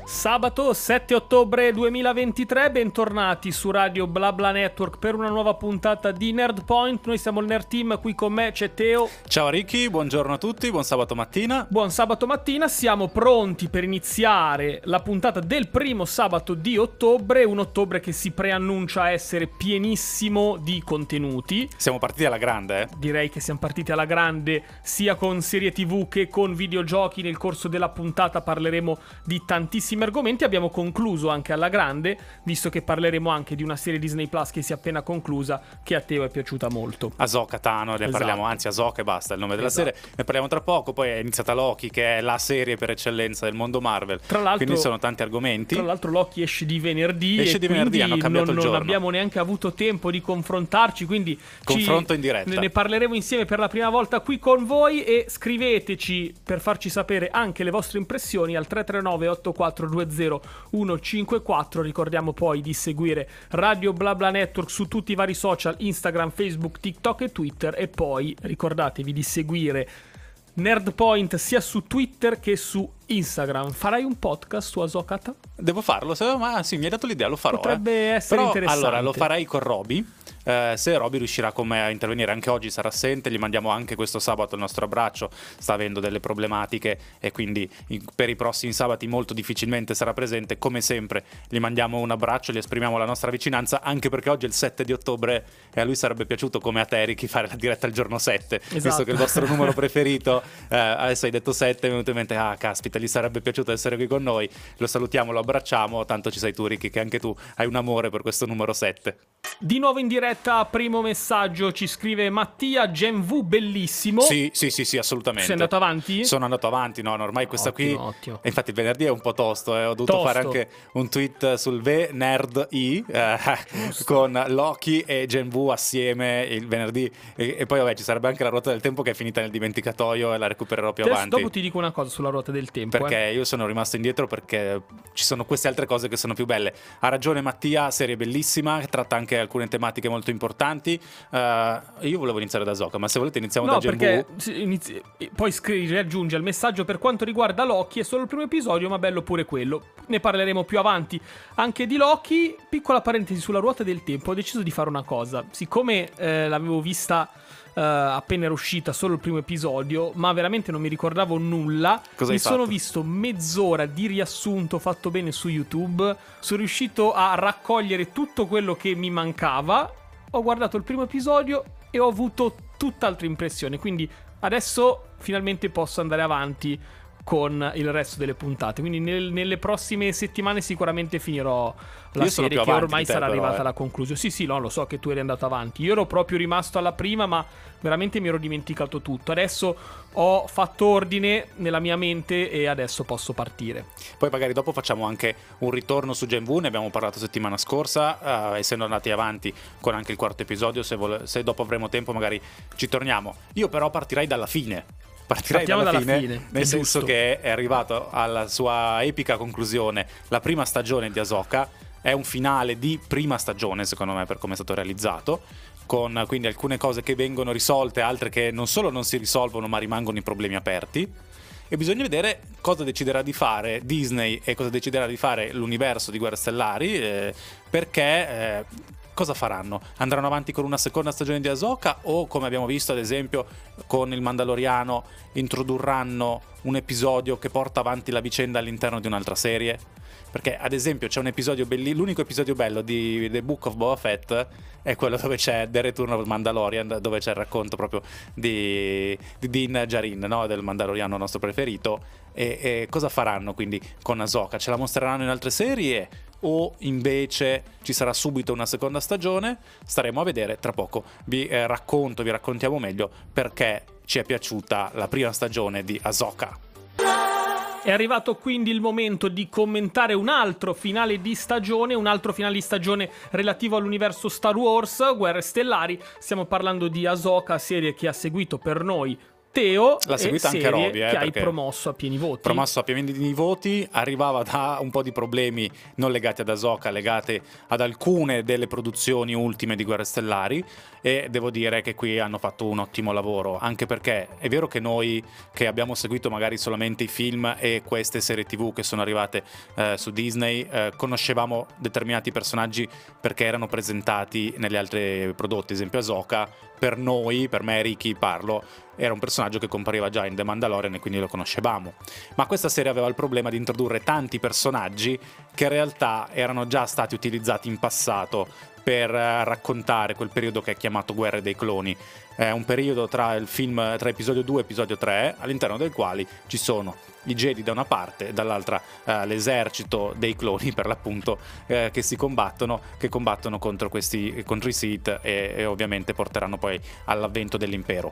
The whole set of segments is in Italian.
Sabato 7 ottobre 2023, bentornati su Radio BlaBla Network per una nuova puntata di Nerd Point. Noi siamo il Nerd Team, qui con me c'è Teo. Ciao Ricky, buongiorno a tutti, buon sabato mattina. Buon sabato mattina, siamo pronti per iniziare la puntata del primo sabato di ottobre, un ottobre che si preannuncia essere pienissimo di contenuti. Siamo partiti alla grande, eh? Direi che siamo partiti alla grande sia con serie TV che con videogiochi. Nel corso della puntata parleremo di tantissimi argomenti. Abbiamo concluso anche alla grande, visto che parleremo anche di una serie Disney Plus che si è appena conclusa, che a Teo è piaciuta molto. Ahsoka Tano, ne parliamo, anzi Ahsoka e basta, il nome della serie. Ne parliamo tra poco, poi è iniziata Loki, che è la serie per eccellenza del mondo Marvel. Tra l'altro, quindi sono tanti argomenti. Tra l'altro Loki esce di venerdì, hanno cambiato il giorno. Non abbiamo neanche avuto tempo di confrontarci, quindi confronto in diretta. Ne parleremo insieme per la prima volta qui con voi, e scriveteci per farci sapere anche le vostre impressioni al 339 8420 154. Ricordiamo poi di seguire Radio BlaBla Network su tutti i vari social, Instagram, Facebook, TikTok e Twitter, e poi ricordatevi di seguire Nerdpoint sia su Twitter che su Instagram. Farai un podcast su Ahsoka? Devo farlo, ma sì, mi hai dato l'idea, lo farò. Potrebbe essere interessante. Allora, lo farei con Roby. Se Roby riuscirà come a intervenire, anche oggi sarà assente, gli mandiamo anche questo sabato il nostro abbraccio, sta avendo delle problematiche e quindi per i prossimi sabati molto difficilmente sarà presente. Come sempre gli mandiamo un abbraccio, gli esprimiamo la nostra vicinanza, anche perché oggi è il 7 di ottobre e a lui sarebbe piaciuto, come a te Ricky, fare la diretta il giorno 7, visto che è il vostro numero preferito. Adesso hai detto 7, è venuto in mente, caspita, gli sarebbe piaciuto essere qui con noi. Lo salutiamo, lo abbracciamo, tanto ci sei tu Ricky, che anche tu hai un amore per questo numero 7. Di nuovo in diretta, primo messaggio, ci scrive Mattia: Gen V bellissimo. Sì, assolutamente. Sei andato avanti? Sono andato avanti, no, ormai questa ottimo. E infatti il venerdì è un po' tosto, ho dovuto fare anche un tweet sul Nerd con Loki e Gen V assieme il venerdì, e poi vabbè ci sarebbe anche la ruota del tempo che è finita nel dimenticatoio e la recupererò più avanti. Dopo ti dico una cosa sulla ruota del tempo, perché io sono rimasto indietro, perché ci sono queste altre cose che sono più belle. Ha ragione Mattia, serie bellissima, tratta anche alcune tematiche molto importanti. Io volevo iniziare da Ahsoka, ma se volete iniziamo da Gen V. Poi riaggiunge al messaggio: per quanto riguarda Loki è solo il primo episodio, ma bello pure quello. Ne parleremo più avanti anche di Loki. Piccola parentesi sulla ruota del tempo, ho deciso di fare una cosa. Siccome l'avevo vista appena era uscita solo il primo episodio, ma veramente non mi ricordavo nulla, sono visto mezz'ora di riassunto fatto bene su YouTube. Sono riuscito a raccogliere tutto quello che mi mancava. Ho guardato il primo episodio e ho avuto tutt'altra impressione, quindi adesso finalmente posso andare avanti con il resto delle puntate. Quindi nelle prossime settimane sicuramente finirò la serie, che ormai sarà arrivata alla conclusione. Sì, no, lo so che tu eri andato avanti. Io ero proprio rimasto alla prima, ma veramente mi ero dimenticato tutto. Adesso ho fatto ordine nella mia mente e adesso posso partire. Poi magari dopo facciamo anche un ritorno su Gen V, ne abbiamo parlato settimana scorsa, essendo andati avanti con anche il quarto episodio. Se dopo avremo tempo magari ci torniamo. Io però partirei dalla fine. Partiamo dalla fine, nel senso che è arrivato alla sua epica conclusione la prima stagione di Ahsoka. È un finale di prima stagione, secondo me, per come è stato realizzato, con quindi alcune cose che vengono risolte, altre che non solo non si risolvono ma rimangono i problemi aperti, e bisogna vedere cosa deciderà di fare Disney e cosa deciderà di fare l'universo di Guerre Stellari, perché cosa faranno? Andranno avanti con una seconda stagione di Ahsoka, o come abbiamo visto ad esempio con il Mandaloriano introdurranno un episodio che porta avanti la vicenda all'interno di un'altra serie? Perché ad esempio c'è un episodio l'unico episodio bello di The Book of Boba Fett è quello dove c'è The Return of Mandalorian, dove c'è il racconto proprio di Din Djarin, no? Del Mandaloriano nostro preferito. E cosa faranno quindi con Ahsoka? Ce la mostreranno in altre serie o invece ci sarà subito una seconda stagione? Staremo a vedere tra poco. Vi raccontiamo meglio perché ci è piaciuta la prima stagione di Ahsoka. È arrivato quindi il momento di commentare un altro finale di stagione relativo all'universo Star Wars, Guerre Stellari. Stiamo parlando di Ahsoka, serie che ha seguito per noi Teo l'ha seguita anche serie Roby, che hai perché promosso a pieni voti. Promosso a pieni voti, arrivava da un po' di problemi non legati ad Ahsoka, legati ad alcune delle produzioni ultime di Guerre Stellari, e devo dire che qui hanno fatto un ottimo lavoro, anche perché è vero che noi che abbiamo seguito magari solamente i film e queste serie TV che sono arrivate su Disney, conoscevamo determinati personaggi perché erano presentati negli altri prodotti. Ad esempio Ahsoka, per noi, per me e Ricky parlo, era un personaggio che compariva già in The Mandalorian e quindi lo conoscevamo. Ma questa serie aveva il problema di introdurre tanti personaggi che in realtà erano già stati utilizzati in passato per raccontare quel periodo che è chiamato Guerre dei Cloni. È un periodo tra episodio 2 e episodio 3, all'interno del quali ci sono i Jedi da una parte e dall'altra l'esercito dei cloni, per l'appunto, che combattono contro i Sith e ovviamente porteranno poi all'avvento dell'impero.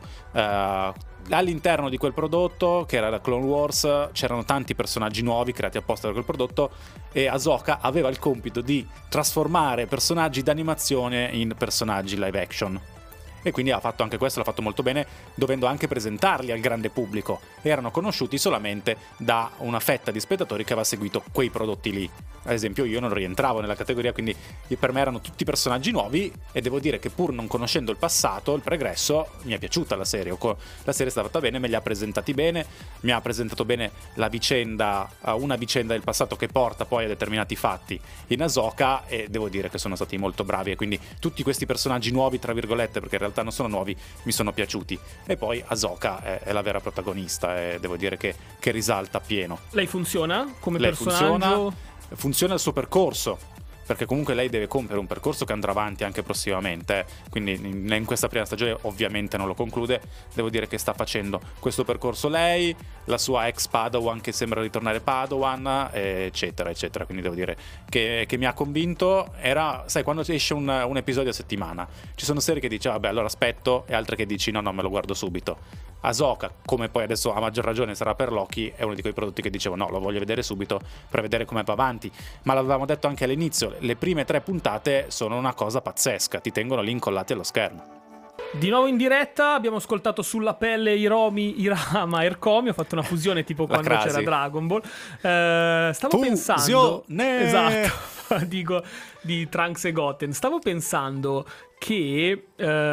All'interno di quel prodotto, che era la Clone Wars, c'erano tanti personaggi nuovi creati apposta per quel prodotto, e Ahsoka aveva il compito di trasformare personaggi d'animazione in personaggi live action. E quindi ha fatto anche questo, l'ha fatto molto bene, dovendo anche presentarli al grande pubblico. Erano conosciuti solamente da una fetta di spettatori che aveva seguito quei prodotti lì. Ad esempio io non rientravo nella categoria, quindi per me erano tutti personaggi nuovi, e devo dire che pur non conoscendo il passato, il pregresso, mi è piaciuta la serie. La serie è stata fatta bene, me li ha presentati bene, mi ha presentato bene la vicenda, una vicenda del passato che porta poi a determinati fatti in Ahsoka, e devo dire che sono stati molto bravi, e quindi tutti questi personaggi nuovi, tra virgolette, perché in realtà non sono nuovi, mi sono piaciuti. E poi Ahsoka è la vera protagonista, e devo dire che risalta pieno. Lei funziona come personaggio? Funziona il suo percorso, perché comunque lei deve compiere un percorso che andrà avanti anche prossimamente, quindi in questa prima stagione ovviamente non lo conclude. Devo dire che sta facendo questo percorso lei, la sua ex Padawan che sembra ritornare Padawan, eccetera eccetera. Quindi devo dire che mi ha convinto. Sai, quando esce un episodio a settimana, ci sono serie che dici vabbè, allora aspetto, e altre che dici no, me lo guardo subito. Ahsoka, come poi adesso a maggior ragione sarà per Loki, è uno di quei prodotti che dicevo no, lo voglio vedere subito per vedere come va avanti. Ma l'avevamo detto anche all'inizio, le prime 3 puntate sono una cosa pazzesca, ti tengono lì incollati allo schermo. Di nuovo in diretta abbiamo ascoltato Sulla pelle Hiromi, Irama, Ercomi. Ho fatto una fusione tipo quando c'era Dragon Ball. Stavo pensando, esatto, dico, di Trunks e Goten. Stavo pensando che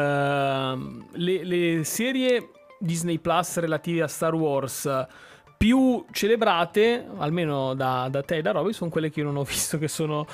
le serie Disney Plus relative a Star Wars più celebrate, almeno da te e da Roby, sono quelle che io non ho visto, che sono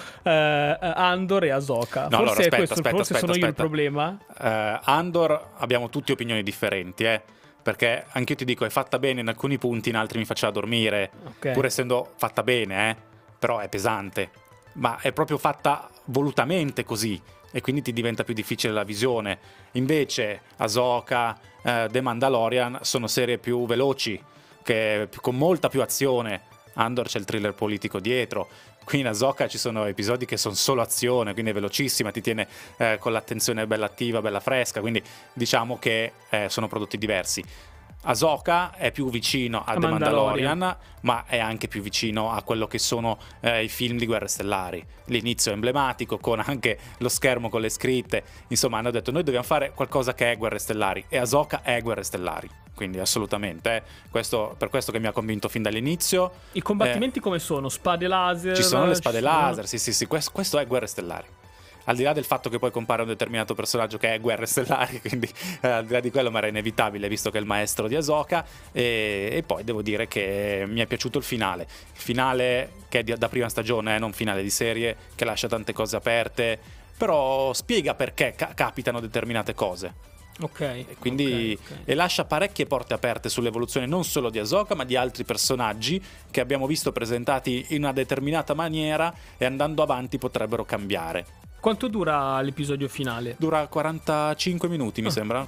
Andor e Ahsoka. No, forse allora, forse sono io il problema. Andor abbiamo tutti opinioni differenti, perché anche io ti dico è fatta bene in alcuni punti, in altri mi faceva dormire, okay. Pur essendo fatta bene, però è pesante, ma è proprio fatta volutamente così, e quindi ti diventa più difficile la visione. Invece Ahsoka, The Mandalorian sono serie più veloci, con molta più azione. Andor c'è il thriller politico dietro. Qui in Ahsoka ci sono episodi che sono solo azione, quindi è velocissima, ti tiene con l'attenzione bella attiva, bella fresca, quindi diciamo che sono prodotti diversi. Ahsoka è più vicino a The Mandalorian, ma è anche più vicino a quello che sono i film di Guerre Stellari. L'inizio è emblematico, con anche lo schermo con le scritte. Insomma, hanno detto noi dobbiamo fare qualcosa che è Guerre Stellari, e Ahsoka è Guerre Stellari. Quindi assolutamente, per questo che mi ha convinto fin dall'inizio. I combattimenti come sono? Spade laser? Ci sono le spade laser, sì, questo è Guerre Stellari. Al di là del fatto che poi compare un determinato personaggio che è Guerre Stellari, quindi al di là di quello, ma era inevitabile visto che è il maestro di Ahsoka. E poi devo dire che mi è piaciuto il finale che è da prima stagione, non finale di serie, che lascia tante cose aperte, però spiega perché capitano determinate cose. Ok. Okay. E lascia parecchie porte aperte sull'evoluzione non solo di Ahsoka, ma di altri personaggi che abbiamo visto presentati in una determinata maniera, e andando avanti potrebbero cambiare. Quanto dura l'episodio finale? Dura 45 minuti, mi sembra,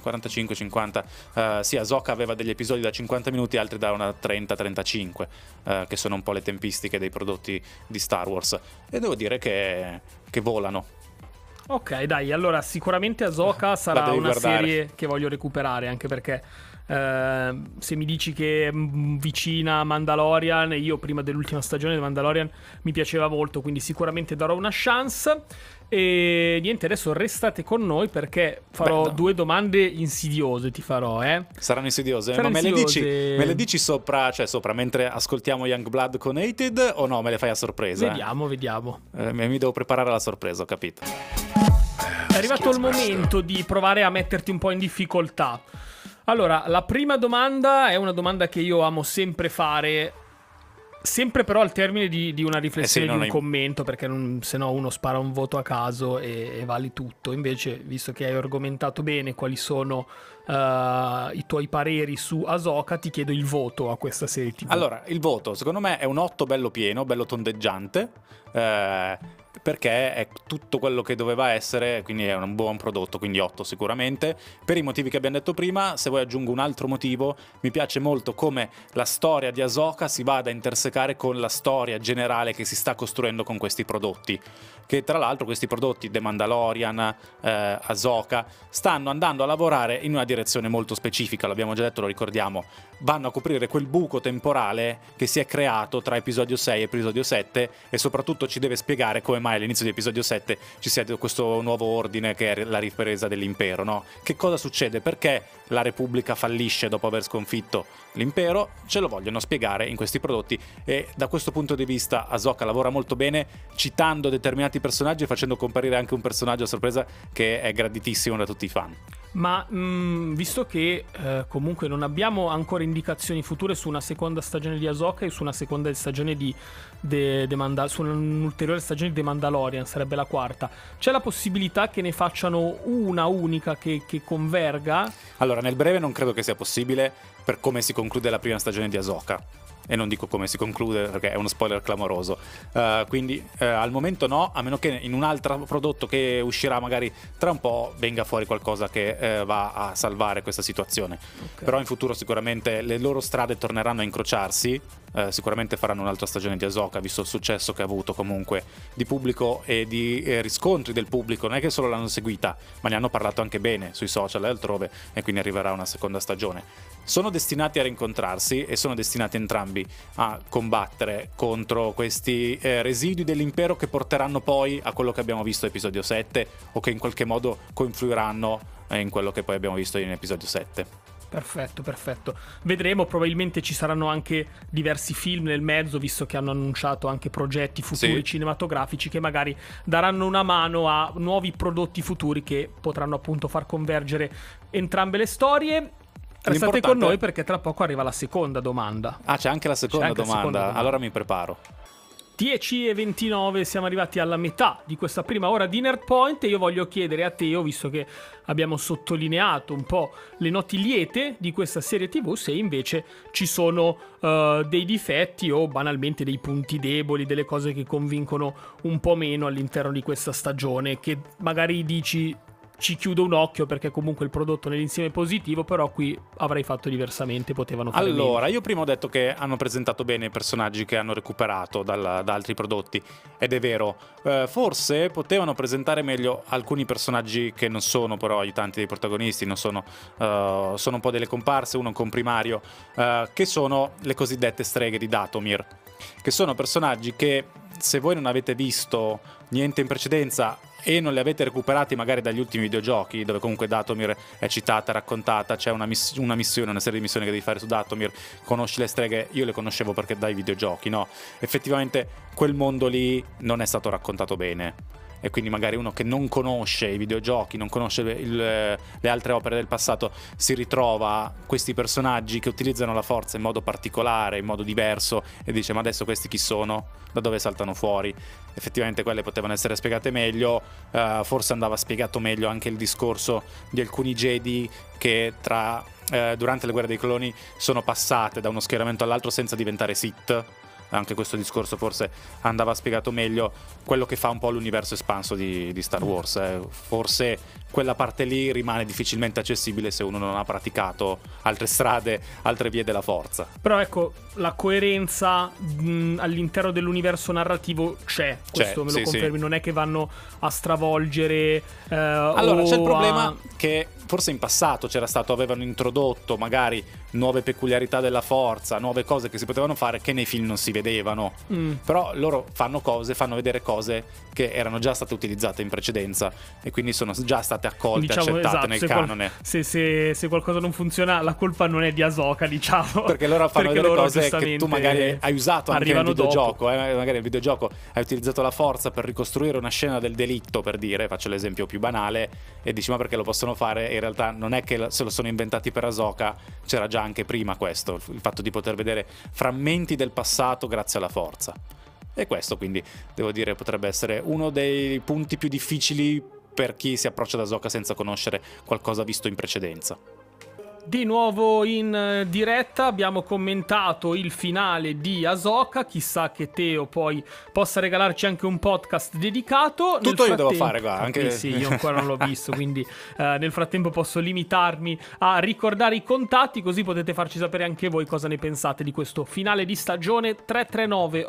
45-50. Sì, Ahsoka aveva degli episodi da 50 minuti, altri da una 30-35, che sono un po' le tempistiche dei prodotti di Star Wars. E devo dire che volano. Ok, dai, allora sicuramente Ahsoka sarà una serie che voglio recuperare, anche perché Se mi dici che è vicina a Mandalorian, io prima dell'ultima stagione di Mandalorian mi piaceva molto, quindi sicuramente darò una chance. E niente, adesso restate con noi perché farò due domande insidiose, ti farò, Saranno insidiose? Saranno Ma insidiose. me le dici sopra, cioè sopra, mentre ascoltiamo Youngblood con Hated, o no, me le fai a sorpresa? Vediamo. Mi devo preparare alla sorpresa, ho capito. È arrivato il momento di provare a metterti un po' in difficoltà. Allora, la prima domanda è una domanda che io amo sempre fare, sempre però al termine di una riflessione, di un commento, perché se no uno spara un voto a caso e vale tutto. Invece, visto che hai argomentato bene quali sono i tuoi pareri su Ahsoka, ti chiedo il voto a questa serie TV. Allora, il voto secondo me è un 8 bello pieno, bello tondeggiante, perché è tutto quello che doveva essere, quindi è un buon prodotto, quindi 8 sicuramente. Per i motivi che abbiamo detto prima, se vuoi aggiungo un altro motivo, mi piace molto come la storia di Ahsoka si vada a intersecare con la storia generale che si sta costruendo con questi prodotti, che tra l'altro questi prodotti, The Mandalorian, Ahsoka, stanno andando a lavorare in una direzione molto specifica, l'abbiamo già detto, lo ricordiamo, vanno a coprire quel buco temporale che si è creato tra episodio 6 e episodio 7, e soprattutto ci deve spiegare come mai all'inizio di episodio 7 ci sia questo nuovo ordine che è la ripresa dell'impero, no? Che cosa succede? Perché la Repubblica fallisce dopo aver sconfitto l'impero? Ce lo vogliono spiegare in questi prodotti, e da questo punto di vista Ahsoka lavora molto bene, citando determinati personaggi e facendo comparire anche un personaggio a sorpresa che è graditissimo da tutti i fan. Ma visto che comunque non abbiamo ancora indicazioni future su una seconda stagione di Ahsoka e su una seconda stagione su un'ulteriore stagione di The Mandalorian, sarebbe la quarta, c'è la possibilità che ne facciano una unica che converga? Allora, nel breve non credo che sia possibile, per come si conclude la prima stagione di Ahsoka. E non dico come si conclude perché è uno spoiler clamoroso, quindi al momento no, a meno che in un altro prodotto che uscirà magari tra un po' venga fuori qualcosa che va a salvare questa situazione. Okay. Però in futuro sicuramente le loro strade torneranno a incrociarsi. Sicuramente faranno un'altra stagione di Ahsoka, visto il successo che ha avuto comunque di pubblico e di riscontri del pubblico. Non è che solo l'hanno seguita, ma ne hanno parlato anche bene sui social e altrove, e quindi arriverà una seconda stagione. Sono destinati a rincontrarsi e sono destinati entrambi a combattere contro questi residui dell'impero che porteranno poi a quello che abbiamo visto in episodio 7, o che in qualche modo confluiranno in quello che poi abbiamo visto in episodio 7. Perfetto. Vedremo, probabilmente ci saranno anche diversi film nel mezzo, visto che hanno annunciato anche progetti futuri cinematografici che magari daranno una mano a nuovi prodotti futuri che potranno appunto far convergere entrambe le storie. Restate con noi perché tra poco arriva la seconda domanda. Ah, c'è anche la seconda domanda. Allora mi preparo. 10:29, siamo arrivati alla metà di questa prima ora di Nerdpoint, e io voglio chiedere a Teo, visto che abbiamo sottolineato un po' le noti liete di questa serie TV, se invece ci sono dei difetti o banalmente dei punti deboli, delle cose che convincono un po' meno all'interno di questa stagione, che magari dici ci chiudo un occhio perché comunque il prodotto nell'insieme è positivo, però qui avrei fatto diversamente, potevano fare allora meglio. Io prima ho detto che hanno presentato bene i personaggi che hanno recuperato da altri prodotti, ed è vero, forse potevano presentare meglio alcuni personaggi che non sono però aiutanti dei protagonisti, non sono un po' delle comparse, uno comprimario, che sono le cosiddette streghe di Dathomir, che sono personaggi che, se voi non avete visto niente in precedenza e non li avete recuperati magari dagli ultimi videogiochi, dove comunque Dathomir è citata, raccontata, c'è una missione, una serie di missioni che devi fare su Dathomir, conosci le streghe, io le conoscevo perché dai videogiochi, no? Effettivamente quel mondo lì non è stato raccontato bene, e quindi magari uno che non conosce i videogiochi, non conosce le altre opere del passato, si ritrova questi personaggi che utilizzano la forza in modo particolare, in modo diverso, e dice: ma adesso questi chi sono? Da dove saltano fuori? Effettivamente quelle potevano essere spiegate meglio, forse andava spiegato meglio anche il discorso di alcuni Jedi che durante le guerre dei cloni sono passate da uno schieramento all'altro senza diventare Sith. anche questo discorso forse andava spiegato meglio, quello che fa un po' l'universo espanso di Star Wars. Forse quella parte lì rimane difficilmente accessibile se uno non ha praticato altre strade, altre vie della forza. Però ecco, la coerenza all'interno dell'universo narrativo c'è, questo me lo confermi, non è che vanno a stravolgere allora c'è il problema che forse in passato avevano introdotto magari nuove peculiarità della forza, nuove cose che si potevano fare che nei film non si vedevano. Però loro fanno vedere cose che erano già state utilizzate in precedenza e quindi sono già state accolte, accettate nel canone. Se qualcosa non funziona, la colpa non è di Ahsoka, diciamo, perché loro fanno vedere cose che tu magari hai usato anche nel videogioco. Magari nel videogioco hai utilizzato la forza per ricostruire una scena del delitto, per dire, faccio l'esempio più banale, e dici ma perché lo possono fare? E in realtà non è che se lo sono inventati per Ahsoka, c'era già anche prima questo, il fatto di poter vedere frammenti del passato grazie alla forza. E questo quindi devo dire potrebbe essere uno dei punti più difficili per chi si approccia ad Ahsoka senza conoscere qualcosa visto in precedenza. Di nuovo in diretta abbiamo commentato il finale di Ahsoka, chissà che Teo poi possa regalarci anche un podcast dedicato. Tutto io devo fare, guarda, anche sì, io ancora non l'ho visto, quindi nel frattempo posso limitarmi a ricordare i contatti, così potete farci sapere anche voi cosa ne pensate di questo finale di stagione. 339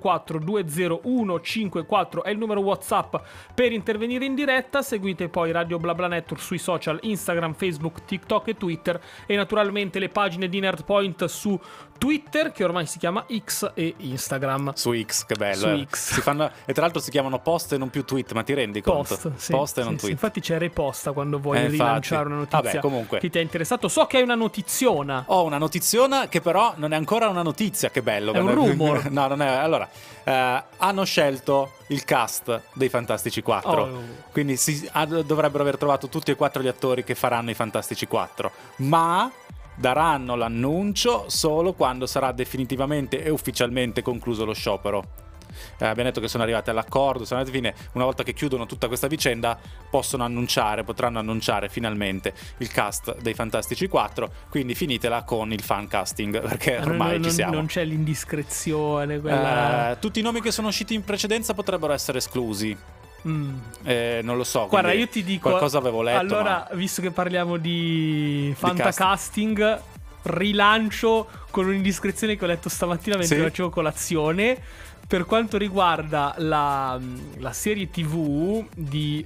8420 154 è il numero WhatsApp per intervenire in diretta. Seguite poi Radio BlaBla Network sui social Instagram, Facebook, TikTok e Twitter, e naturalmente le pagine di Nerdpoint su Twitter, che ormai si chiama X, e Instagram. Su X, che bello. Su X. Si fanno, e tra l'altro si chiamano post e non più tweet, ma ti rendi conto? Post e non tweet. Infatti c'è reposta quando vuoi rilanciare una notizia. Vabbè, comunque, che ti è interessato. So che hai una notiziona. Ho una notiziona che però non è ancora una notizia, che bello. È un rumor. No, non è. Allora, hanno scelto il cast dei Fantastici 4. Quindi dovrebbero aver trovato tutti e 4 gli attori che faranno i Fantastici 4. Ma daranno l'annuncio solo quando sarà definitivamente e ufficialmente concluso lo sciopero. Abbiamo detto che sono arrivati all'accordo, sono arrivati alla fine. Una volta che chiudono tutta questa vicenda potranno annunciare finalmente il cast dei Fantastici 4. Quindi finitela con il fan casting, perché ormai ci siamo. Non c'è l'indiscrezione quella... tutti i nomi che sono usciti in precedenza potrebbero essere esclusi. Non lo so. Guarda, io ti dico, qualcosa avevo letto. Allora, visto che parliamo di fantacasting, rilancio con un'indiscrezione che ho letto stamattina mentre facevo colazione. Per quanto riguarda la serie TV di...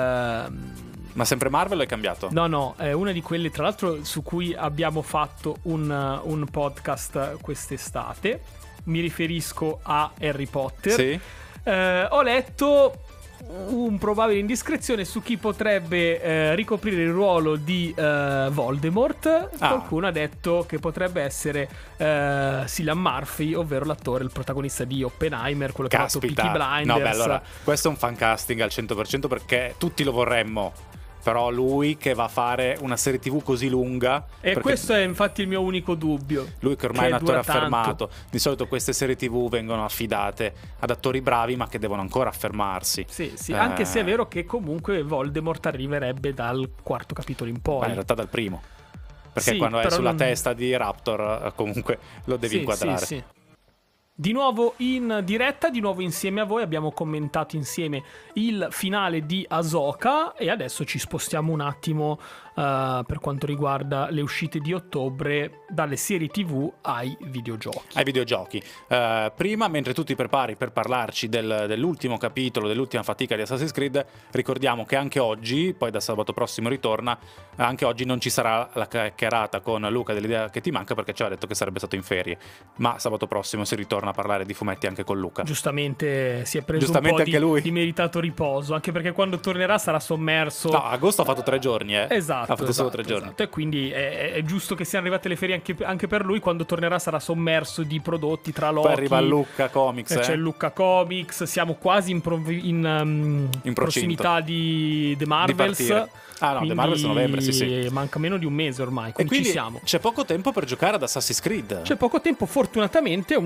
Ma sempre Marvel o è cambiato? No, è una di quelle, tra l'altro, su cui abbiamo fatto un podcast quest'estate. Mi riferisco a Harry Potter. Sì. Ho letto un probabile indiscrezione su chi potrebbe ricoprire il ruolo di Voldemort. Qualcuno ha detto che potrebbe essere Cillian Murphy, ovvero l'attore, il protagonista di Oppenheimer, quello che ha fatto Peaky Blinders. No, beh, allora, questo è un fan casting al 100%, perché tutti lo vorremmo. Però lui che va a fare una serie TV così lunga, e questo è infatti il mio unico dubbio. Lui che ormai è un attore affermato. Di solito queste serie TV vengono affidate ad attori bravi, ma che devono ancora affermarsi. Sì, anche se è vero che comunque Voldemort arriverebbe dal 4º capitolo in poi. Ma in realtà dal primo, perché quando è sulla testa di Raptor comunque lo devi inquadrare. Sì. Di nuovo in diretta, di nuovo insieme a voi, abbiamo commentato insieme il finale di Ahsoka e adesso ci spostiamo un attimo per quanto riguarda le uscite di ottobre, dalle serie TV ai videogiochi. Prima, mentre tu ti prepari per parlarci dell'ultimo capitolo, dell'ultima fatica di Assassin's Creed, ricordiamo che anche oggi, poi da sabato prossimo ritorna, anche oggi non ci sarà la chiacchierata con Luca dell'idea che ti manca, perché ci ha detto che sarebbe stato in ferie, ma sabato prossimo si ritorna a parlare di fumetti anche con Luca. Giustamente si è preso un po' di meritato riposo, anche perché quando tornerà sarà sommerso. No, agosto ha fatto 3 giorni, Esatto. Ha fatto solo 3 giorni. E quindi è giusto che siano arrivate le ferie anche per lui. Quando tornerà sarà sommerso di prodotti, tra Loki. Poi arriva Lucca Comics. C'è Lucca Comics. Siamo quasi in prossimità di The Marvels. The Marvels novembre, sì. Manca meno di un mese ormai, quindi ci siamo. C'è poco tempo per giocare ad Assassin's Creed. C'è poco tempo, fortunatamente è un gioco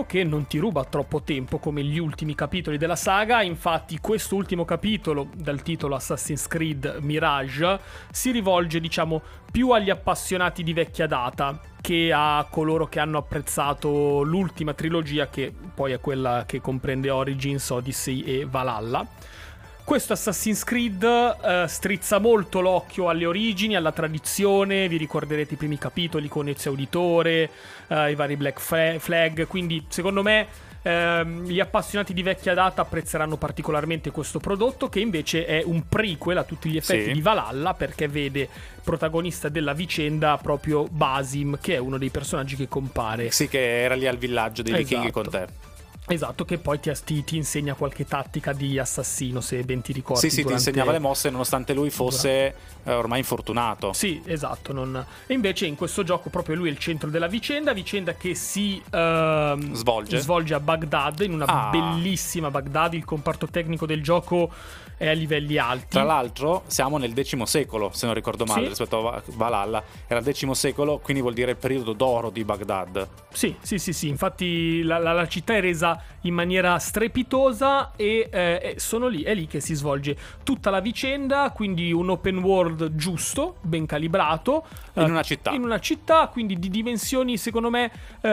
gioco che non ti ruba troppo tempo come gli ultimi capitoli della saga. Infatti questo ultimo capitolo, dal titolo Assassin's Creed Mirage, si rivolge diciamo più agli appassionati di vecchia data che a coloro che hanno apprezzato l'ultima trilogia, che poi è quella che comprende Origins, Odyssey e Valhalla. Questo Assassin's Creed strizza molto l'occhio alle origini, alla tradizione. Vi ricorderete i primi capitoli con Ezio Auditore, i vari Black Flag, quindi secondo me gli appassionati di vecchia data apprezzeranno particolarmente questo prodotto, che invece è un prequel a tutti gli effetti di Valhalla, perché vede protagonista della vicenda proprio Basim, che è uno dei personaggi che compare. Sì, che era lì al villaggio dei vichinghi con te. Esatto, che poi ti insegna qualche tattica di assassino, se ben ti ricordi. Sì, ti insegnava le mosse nonostante lui fosse ormai infortunato. Sì, esatto. E invece in questo gioco proprio lui è il centro della vicenda che si svolge a Baghdad, in una bellissima Baghdad. Il comparto tecnico del gioco è a livelli alti. Tra l'altro siamo nel X secolo, se non ricordo male, rispetto a Valhalla. Era il X secolo, quindi vuol dire il periodo d'oro di Baghdad. Sì, infatti la città è resa in maniera strepitosa e è lì che si svolge tutta la vicenda, quindi un open world giusto, ben calibrato, in una città, quindi di dimensioni secondo me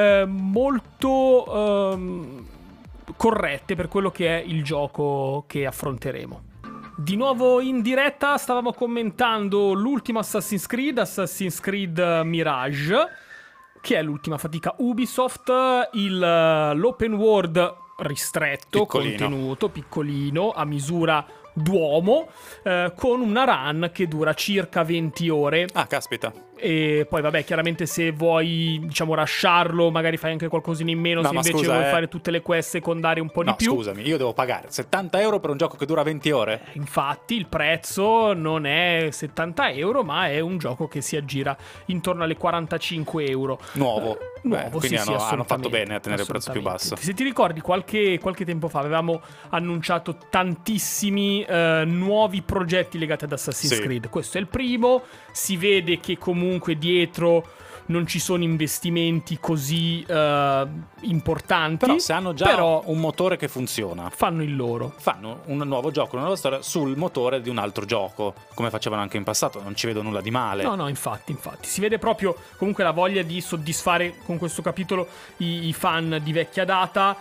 molto corrette per quello che è il gioco che affronteremo. Di nuovo in diretta stavamo commentando l'ultimo Assassin's Creed Mirage, che è l'ultima fatica Ubisoft, l'open world ristretto, contenuto, piccolino, a misura d'uomo, con una run che dura circa 20 ore. Ah, caspita. E poi vabbè, chiaramente se vuoi diciamo rusharlo, magari fai anche qualcosina in meno, se invece vuoi fare tutte le quest secondarie un po' di più. Scusami, io devo pagare 70 euro per un gioco che dura 20 ore? Infatti il prezzo non è 70 euro, ma è un gioco che si aggira intorno alle 45 euro. Nuovo, quindi sì, hanno fatto bene a tenere il prezzo più basso. Se ti ricordi, qualche tempo fa avevamo annunciato tantissimi nuovi progetti legati ad Assassin's Creed. Questo è il primo. Si vede che comunque dietro non ci sono investimenti così importanti. Però se hanno già un motore che funziona, fanno il loro. Fanno un nuovo gioco, una nuova storia sul motore di un altro gioco, come facevano anche in passato. Non ci vedo nulla di male. No, infatti. Si vede proprio comunque la voglia di soddisfare con questo capitolo i fan di vecchia data.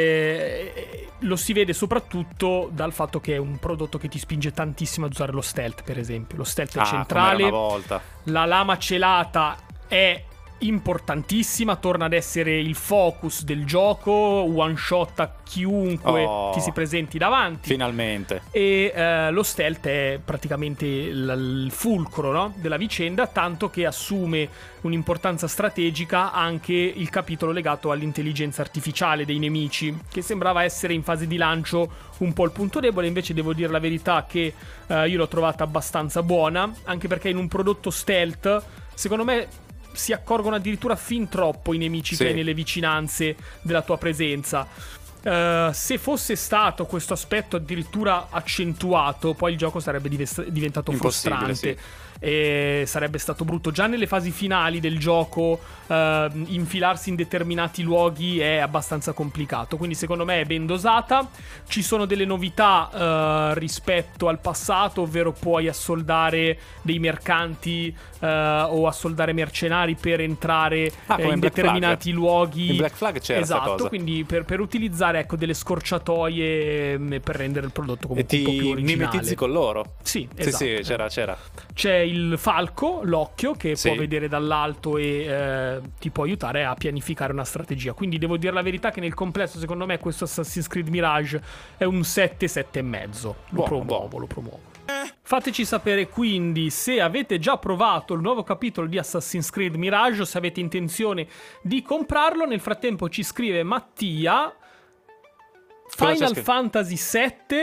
Lo si vede soprattutto dal fatto che è un prodotto che ti spinge tantissimo ad usare lo stealth, per esempio. Lo stealth è centrale. Una volta. La lama celata è importantissima, torna ad essere il focus del gioco, one shot a chiunque ti si presenti davanti. Finalmente. E lo stealth è praticamente il fulcro, no? della vicenda, tanto che assume un'importanza strategica anche il capitolo legato all'intelligenza artificiale dei nemici, che sembrava essere in fase di lancio un po' il punto debole. Invece devo dire la verità che io l'ho trovata abbastanza buona, anche perché in un prodotto stealth secondo me si accorgono addirittura fin troppo i nemici che hai nelle vicinanze della tua presenza. Se fosse stato questo aspetto addirittura accentuato, poi il gioco sarebbe diventato frustrante. E sarebbe stato brutto. Già nelle fasi finali del gioco infilarsi in determinati luoghi è abbastanza complicato, quindi secondo me è ben dosata. Ci sono delle novità rispetto al passato, ovvero puoi assoldare dei mercanti o assoldare mercenari per entrare in determinati luoghi. In Black Flag c'era questa cosa. Quindi per utilizzare delle scorciatoie per rendere il prodotto comunque un po' più originale. E ti mimetizzi con loro. Sì, esatto. Sì, c'era. C'è il falco, l'occhio, che può vedere dall'alto e ti può aiutare a pianificare una strategia. Quindi devo dire la verità che nel complesso secondo me questo Assassin's Creed Mirage è un 7,5. Lo promuovo. Fateci sapere quindi se avete già provato il nuovo capitolo di Assassin's Creed Mirage, se avete intenzione di comprarlo. Nel frattempo ci scrive Mattia: Final Fantasy VII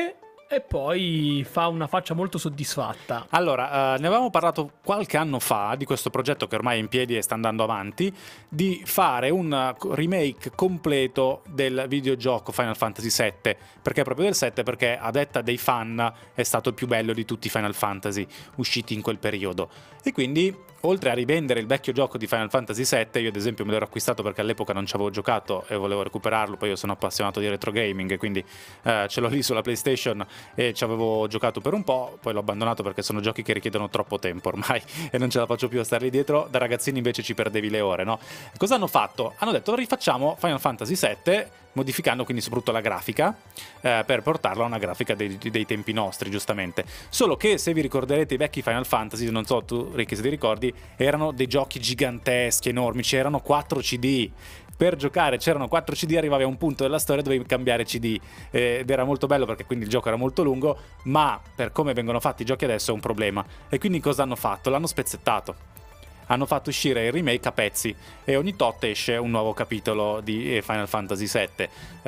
e poi fa una faccia molto soddisfatta. Allora, ne avevamo parlato qualche anno fa di questo progetto che ormai è in piedi e sta andando avanti, di fare un remake completo del videogioco Final Fantasy VII. Perché proprio del 7? Perché a detta dei fan è stato il più bello di tutti i Final Fantasy usciti in quel periodo. E quindi, oltre a rivendere il vecchio gioco di Final Fantasy VII, io ad esempio me l'ero acquistato perché all'epoca non ci avevo giocato e volevo recuperarlo, poi io sono appassionato di retro gaming, quindi ce l'ho lì sulla PlayStation e ci avevo giocato per un po', poi l'ho abbandonato perché sono giochi che richiedono troppo tempo ormai e non ce la faccio più a starli dietro. Da ragazzini invece ci perdevi le ore, no? Cosa hanno fatto? Hanno detto rifacciamo Final Fantasy VII, modificando quindi soprattutto la grafica, per portarla a una grafica dei tempi nostri, giustamente. Solo che, se vi ricorderete i vecchi Final Fantasy, non so tu Ricky se ti ricordi, erano dei giochi giganteschi, enormi, c'erano 4 CD. Per giocare c'erano 4 CD, arrivavi a un punto della storia dovevi cambiare CD, ed era molto bello perché quindi il gioco era molto lungo, ma per come vengono fatti i giochi adesso è un problema. E quindi cosa hanno fatto? L'hanno spezzettato. Hanno fatto uscire il remake a pezzi e ogni tot esce un nuovo capitolo di Final Fantasy VII.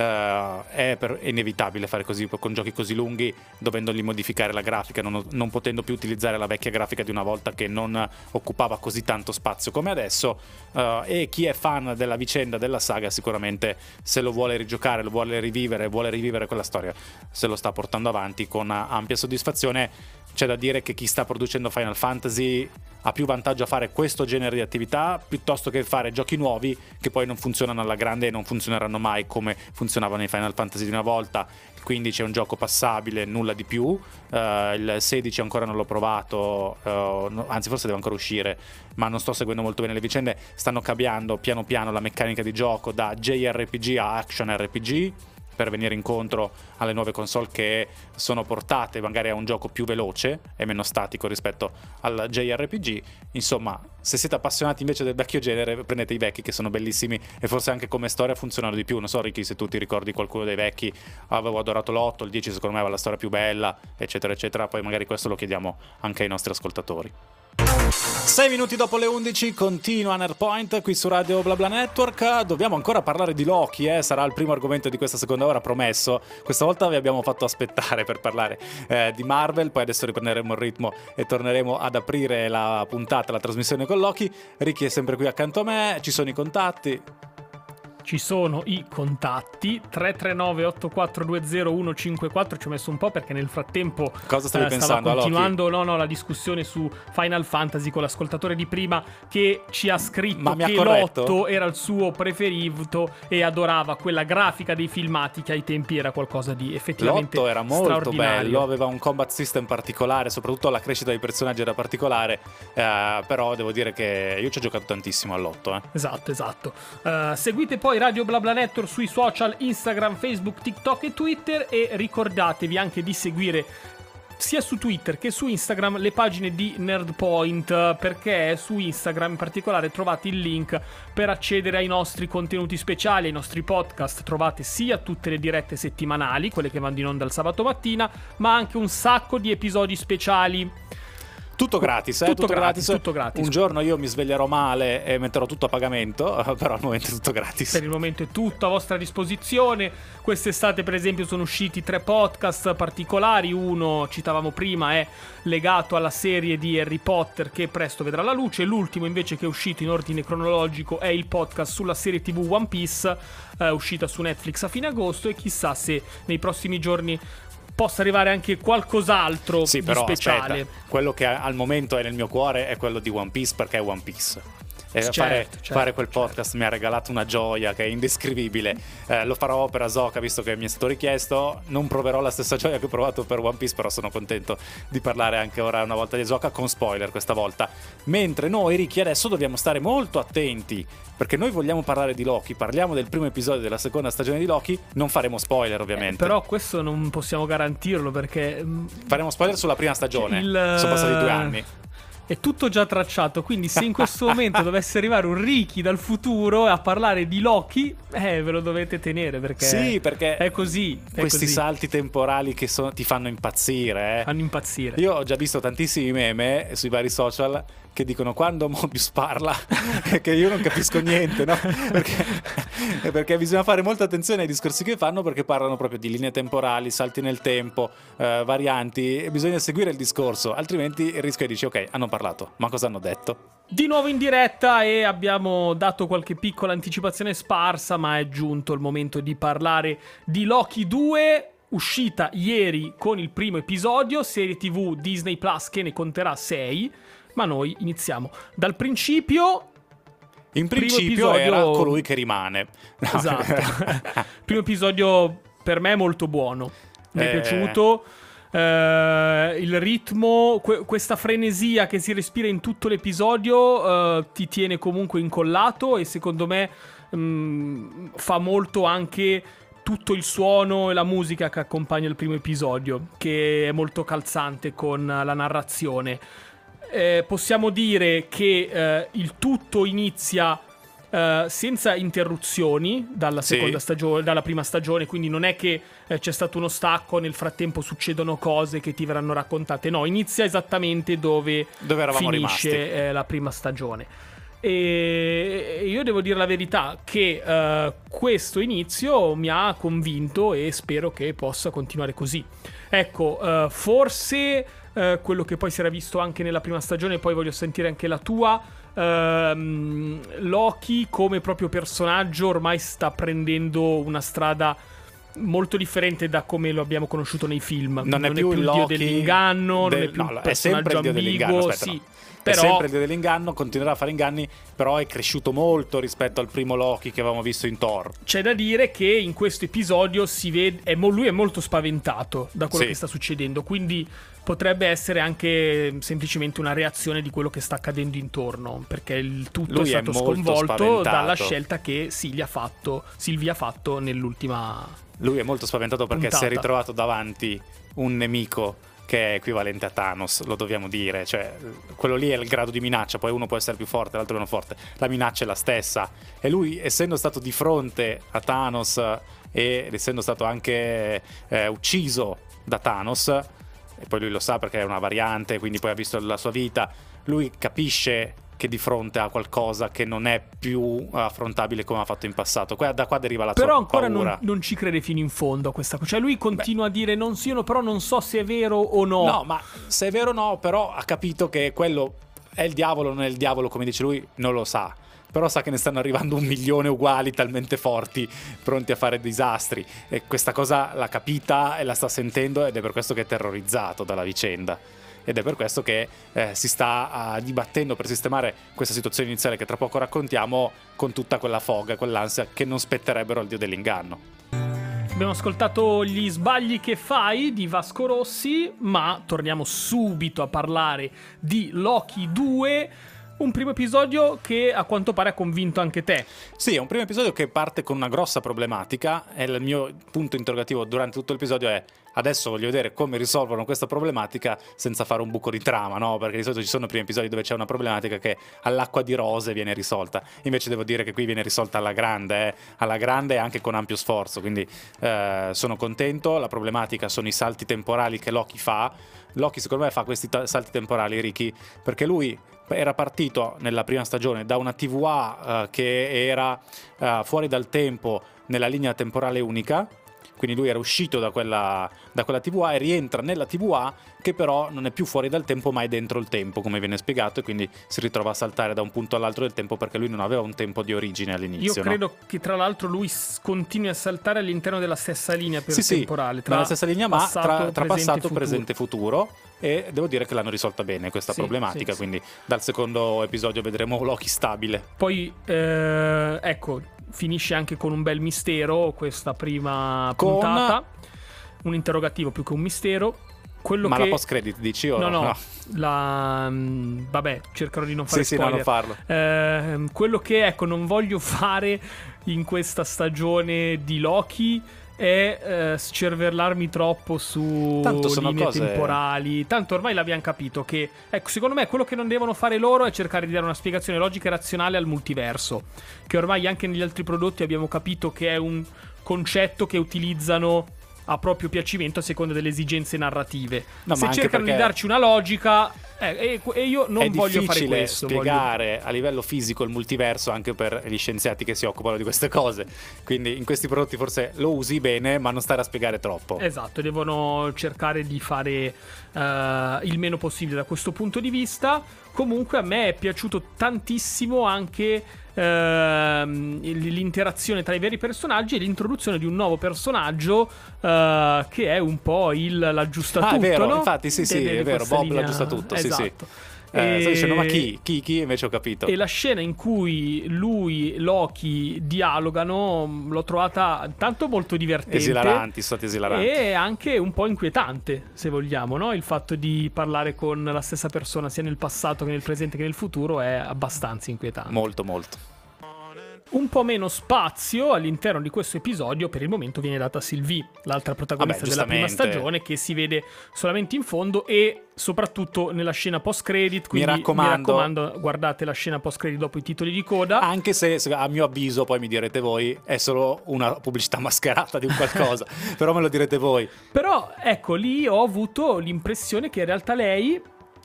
È inevitabile fare così con giochi così lunghi, dovendogli modificare la grafica, non potendo più utilizzare la vecchia grafica di una volta che non occupava così tanto spazio come adesso. E chi è fan della vicenda, della saga, sicuramente se lo vuole rigiocare, lo vuole rivivere quella storia, se lo sta portando avanti con ampia soddisfazione. C'è da dire che chi sta producendo Final Fantasy ha più vantaggio a fare questo genere di attività piuttosto che fare giochi nuovi che poi non funzionano alla grande e non funzioneranno mai come funzionavano i Final Fantasy di una volta. Il 15 è un gioco passabile, nulla di più. Il 16 ancora non l'ho provato, anzi forse deve ancora uscire, ma non sto seguendo molto bene le vicende. Stanno cambiando piano piano la meccanica di gioco da JRPG a Action RPG, per venire incontro alle nuove console che sono portate magari a un gioco più veloce e meno statico rispetto al JRPG. Insomma, se siete appassionati invece del vecchio genere, prendete i vecchi che sono bellissimi e forse anche come storia funzionano di più. Non so Ricky se tu ti ricordi qualcuno dei vecchi. Avevo adorato l'8, il 10 secondo me aveva la storia più bella, eccetera eccetera. Poi magari questo lo chiediamo anche ai nostri ascoltatori. 6 minuti dopo le 11 continua Nerdpoint qui su Radio BlaBla Network. Dobbiamo ancora parlare di Loki, sarà il primo argomento di questa seconda ora, promesso. Questa volta vi abbiamo fatto aspettare per parlare di Marvel, poi adesso riprenderemo il ritmo e torneremo ad aprire la puntata, la trasmissione con Loki. Ricky è sempre qui accanto a me, ci sono i contatti. Ci sono i contatti 339 8420 154. Ci ho messo un po' perché nel frattempo cosa stavi pensando, stava continuando la discussione su Final Fantasy con l'ascoltatore di prima che ci ha scritto che l'8 era il suo preferito e adorava quella grafica dei filmati che ai tempi era qualcosa di effettivamente l'8 era molto bello, aveva un combat system particolare, soprattutto la crescita dei personaggi era particolare, però devo dire che io ci ho giocato tantissimo all'8. Esatto. Seguite poi Radio BlaBla Network sui social Instagram, Facebook, TikTok e Twitter, e ricordatevi anche di seguire sia su Twitter che su Instagram le pagine di Nerdpoint, perché su Instagram in particolare trovate il link per accedere ai nostri contenuti speciali, ai nostri podcast. Trovate sia tutte le dirette settimanali, quelle che vanno in onda il sabato mattina, ma anche un sacco di episodi speciali. Tutto gratis, tutto gratis. Un giorno io mi sveglierò male e metterò tutto a pagamento, però al momento è tutto gratis. Per il momento è tutto a vostra disposizione. Quest'estate per esempio sono usciti 3 podcast particolari. Uno, citavamo prima, è legato alla serie di Harry Potter che presto vedrà la luce. L'ultimo invece, che è uscito in ordine cronologico, è il podcast sulla serie TV One Piece, uscita su Netflix a fine agosto, e chissà se nei prossimi giorni possa arrivare anche qualcos'altro di però, speciale. Aspetta, quello che al momento è nel mio cuore è quello di One Piece, perché è One Piece. Fare quel podcast mi ha regalato una gioia che è indescrivibile. Lo farò per Ahsoka, visto che mi è stato richiesto. Non proverò la stessa gioia che ho provato per One Piece, però sono contento di parlare anche ora una volta di Ahsoka, con spoiler questa volta. Mentre noi, Ricky, adesso dobbiamo stare molto attenti, perché noi vogliamo parlare di Loki, parliamo del primo episodio della seconda stagione di Loki, non faremo spoiler ovviamente. Però questo non possiamo garantirlo, perché faremo spoiler sulla prima stagione, sono passati 2 anni. È tutto già tracciato, quindi se in questo momento dovesse arrivare un Ricky dal futuro a parlare di Loki, ve lo dovete tenere, perché sì, perché è così. Questi salti temporali che ti fanno impazzire. Fanno impazzire. Io ho già visto tantissimi meme sui vari social che dicono quando Mobius parla che io non capisco niente, no? Perché bisogna fare molta attenzione ai discorsi che fanno, perché parlano proprio di linee temporali, salti nel tempo, varianti, e bisogna seguire il discorso, altrimenti il rischio è dici ok, hanno parlato, ma cosa hanno detto? Di nuovo in diretta, e abbiamo dato qualche piccola anticipazione sparsa, ma è giunto il momento di parlare di Loki 2, uscita ieri con il primo episodio, serie TV Disney Plus che ne conterà 6, ma noi iniziamo dal principio. In principio era colui che rimane. No. Esatto. Primo episodio per me molto buono, mi è piaciuto. Il ritmo, questa frenesia che si respira in tutto l'episodio ti tiene comunque incollato, e secondo me fa molto anche tutto il suono e la musica che accompagna il primo episodio, che è molto calzante con la narrazione. Possiamo dire che il tutto inizia senza interruzioni dalla seconda stagione, dalla prima stagione, quindi non è che c'è stato uno stacco, nel frattempo succedono cose che ti verranno raccontate, no, inizia esattamente dove eravamo finisce la prima stagione. E io devo dire la verità che questo inizio mi ha convinto e spero che possa continuare così. Ecco, forse quello che poi si era visto anche nella prima stagione, poi voglio sentire anche la tua, Loki come proprio personaggio ormai sta prendendo una strada molto differente da come lo abbiamo conosciuto nei film. Non è più il dio dell'inganno, non è più un personaggio ambiguo, sì. Però, è sempre il dio dell'inganno, continuerà a fare inganni, però è cresciuto molto rispetto al primo Loki che avevamo visto in Thor. C'è da dire che in questo episodio si vede, lui è molto spaventato da quello che sta succedendo, quindi potrebbe essere anche semplicemente una reazione di quello che sta accadendo intorno, perché il tutto lui è stato spaventato sconvolto dalla scelta che Sylvie ha fatto nell'ultima Lui è molto spaventato perché puntata. Si è ritrovato davanti un nemico che è equivalente a Thanos, lo dobbiamo dire, cioè quello lì è il grado di minaccia, poi uno può essere più forte, l'altro meno forte, la minaccia è la stessa, e lui, essendo stato di fronte a Thanos ed essendo stato anche ucciso da Thanos, e poi lui lo sa perché è una variante, quindi poi ha visto la sua vita, lui capisce che di fronte a qualcosa che non è più affrontabile come ha fatto in passato. Da qua deriva la sua paura. Però ancora non ci crede fino in fondo a questa cosa. Cioè lui continua a dire non siano, però non so se è vero o no. No, ma se è vero o no, però ha capito che quello è il diavolo o non è il diavolo, come dice lui, non lo sa. Però sa che ne stanno arrivando 1 milione uguali, talmente forti, pronti a fare disastri. E questa cosa l'ha capita e la sta sentendo, ed è per questo che è terrorizzato dalla vicenda. Ed è per questo che si sta dibattendo per sistemare questa situazione iniziale che tra poco raccontiamo, con tutta quella foga, quell'ansia che non spetterebbero al dio dell'inganno. Abbiamo ascoltato Gli sbagli che fai di Vasco Rossi, ma torniamo subito a parlare di Loki 2, un primo episodio che a quanto pare ha convinto anche te. Sì, è un primo episodio che parte con una grossa problematica, e il mio punto interrogativo durante tutto l'episodio è: adesso voglio vedere come risolvono questa problematica senza fare un buco di trama, no? Perché di solito ci sono primi episodi dove c'è una problematica che all'acqua di rose viene risolta. Invece devo dire che qui viene risolta alla grande e anche con ampio sforzo, quindi sono contento. La problematica sono i salti temporali che Loki fa. Loki secondo me fa questi salti temporali, Ricky, perché lui era partito nella prima stagione da una TVA che era fuori dal tempo nella linea temporale unica, quindi lui era uscito da quella TVA e rientra nella TVA che però non è più fuori dal tempo ma è dentro il tempo, come viene spiegato, e quindi si ritrova a saltare da un punto all'altro del tempo perché lui non aveva un tempo di origine all'inizio. Io credo che tra l'altro lui continui a saltare all'interno della stessa linea temporale, tra la stessa linea, ma tra passato, futuro. presente e futuro. E devo dire che l'hanno risolta bene questa problematica, quindi dal secondo episodio vedremo Loki stabile. Poi ecco, finisce anche con un bel mistero questa prima puntata, un interrogativo più che un mistero. Ma la post credit dici o no? Vabbè, cercherò di non fare spoiler. Non farlo. Quello che ecco non voglio fare in questa stagione di Loki è scervellarmi troppo su linee temporali. Tanto ormai l'abbiamo capito che, ecco, secondo me quello che non devono fare loro è cercare di dare una spiegazione logica e razionale al multiverso, che ormai anche negli altri prodotti abbiamo capito che è un concetto che utilizzano a proprio piacimento a seconda delle esigenze narrative. No, se ma anche cercano di perché darci una logica, e io non voglio fare è difficile questo. spiegare a livello fisico il multiverso anche per gli scienziati che si occupano di queste cose. Quindi in questi prodotti forse lo usi bene, ma non stare a spiegare troppo. Esatto, devono cercare di fare il meno possibile da questo punto di vista. Comunque a me è piaciuto tantissimo anche l'interazione tra i veri personaggi e l'introduzione di un nuovo personaggio che è un po' l'aggiustatutto, è vero, no? infatti sì, è vero, Bob l'aggiustatutto, esatto. sì. Sto dicendo, ma chi invece ho capito. E la scena in cui lui e Loki dialogano l'ho trovata tanto molto divertente, stati esilaranti, e anche un po' inquietante, se vogliamo, no? Il fatto di parlare con la stessa persona sia nel passato che nel presente che nel futuro è abbastanza inquietante. Molto. Un po' meno spazio all'interno di questo episodio per il momento viene data a Sylvie, l'altra protagonista della prima stagione, che si vede solamente in fondo e soprattutto nella scena post credit. Quindi mi raccomando, guardate la scena post credit dopo i titoli di coda, anche se a mio avviso, poi mi direte voi, è solo una pubblicità mascherata di un qualcosa. Però me lo direte voi. Però ecco, lì ho avuto l'impressione che in realtà lei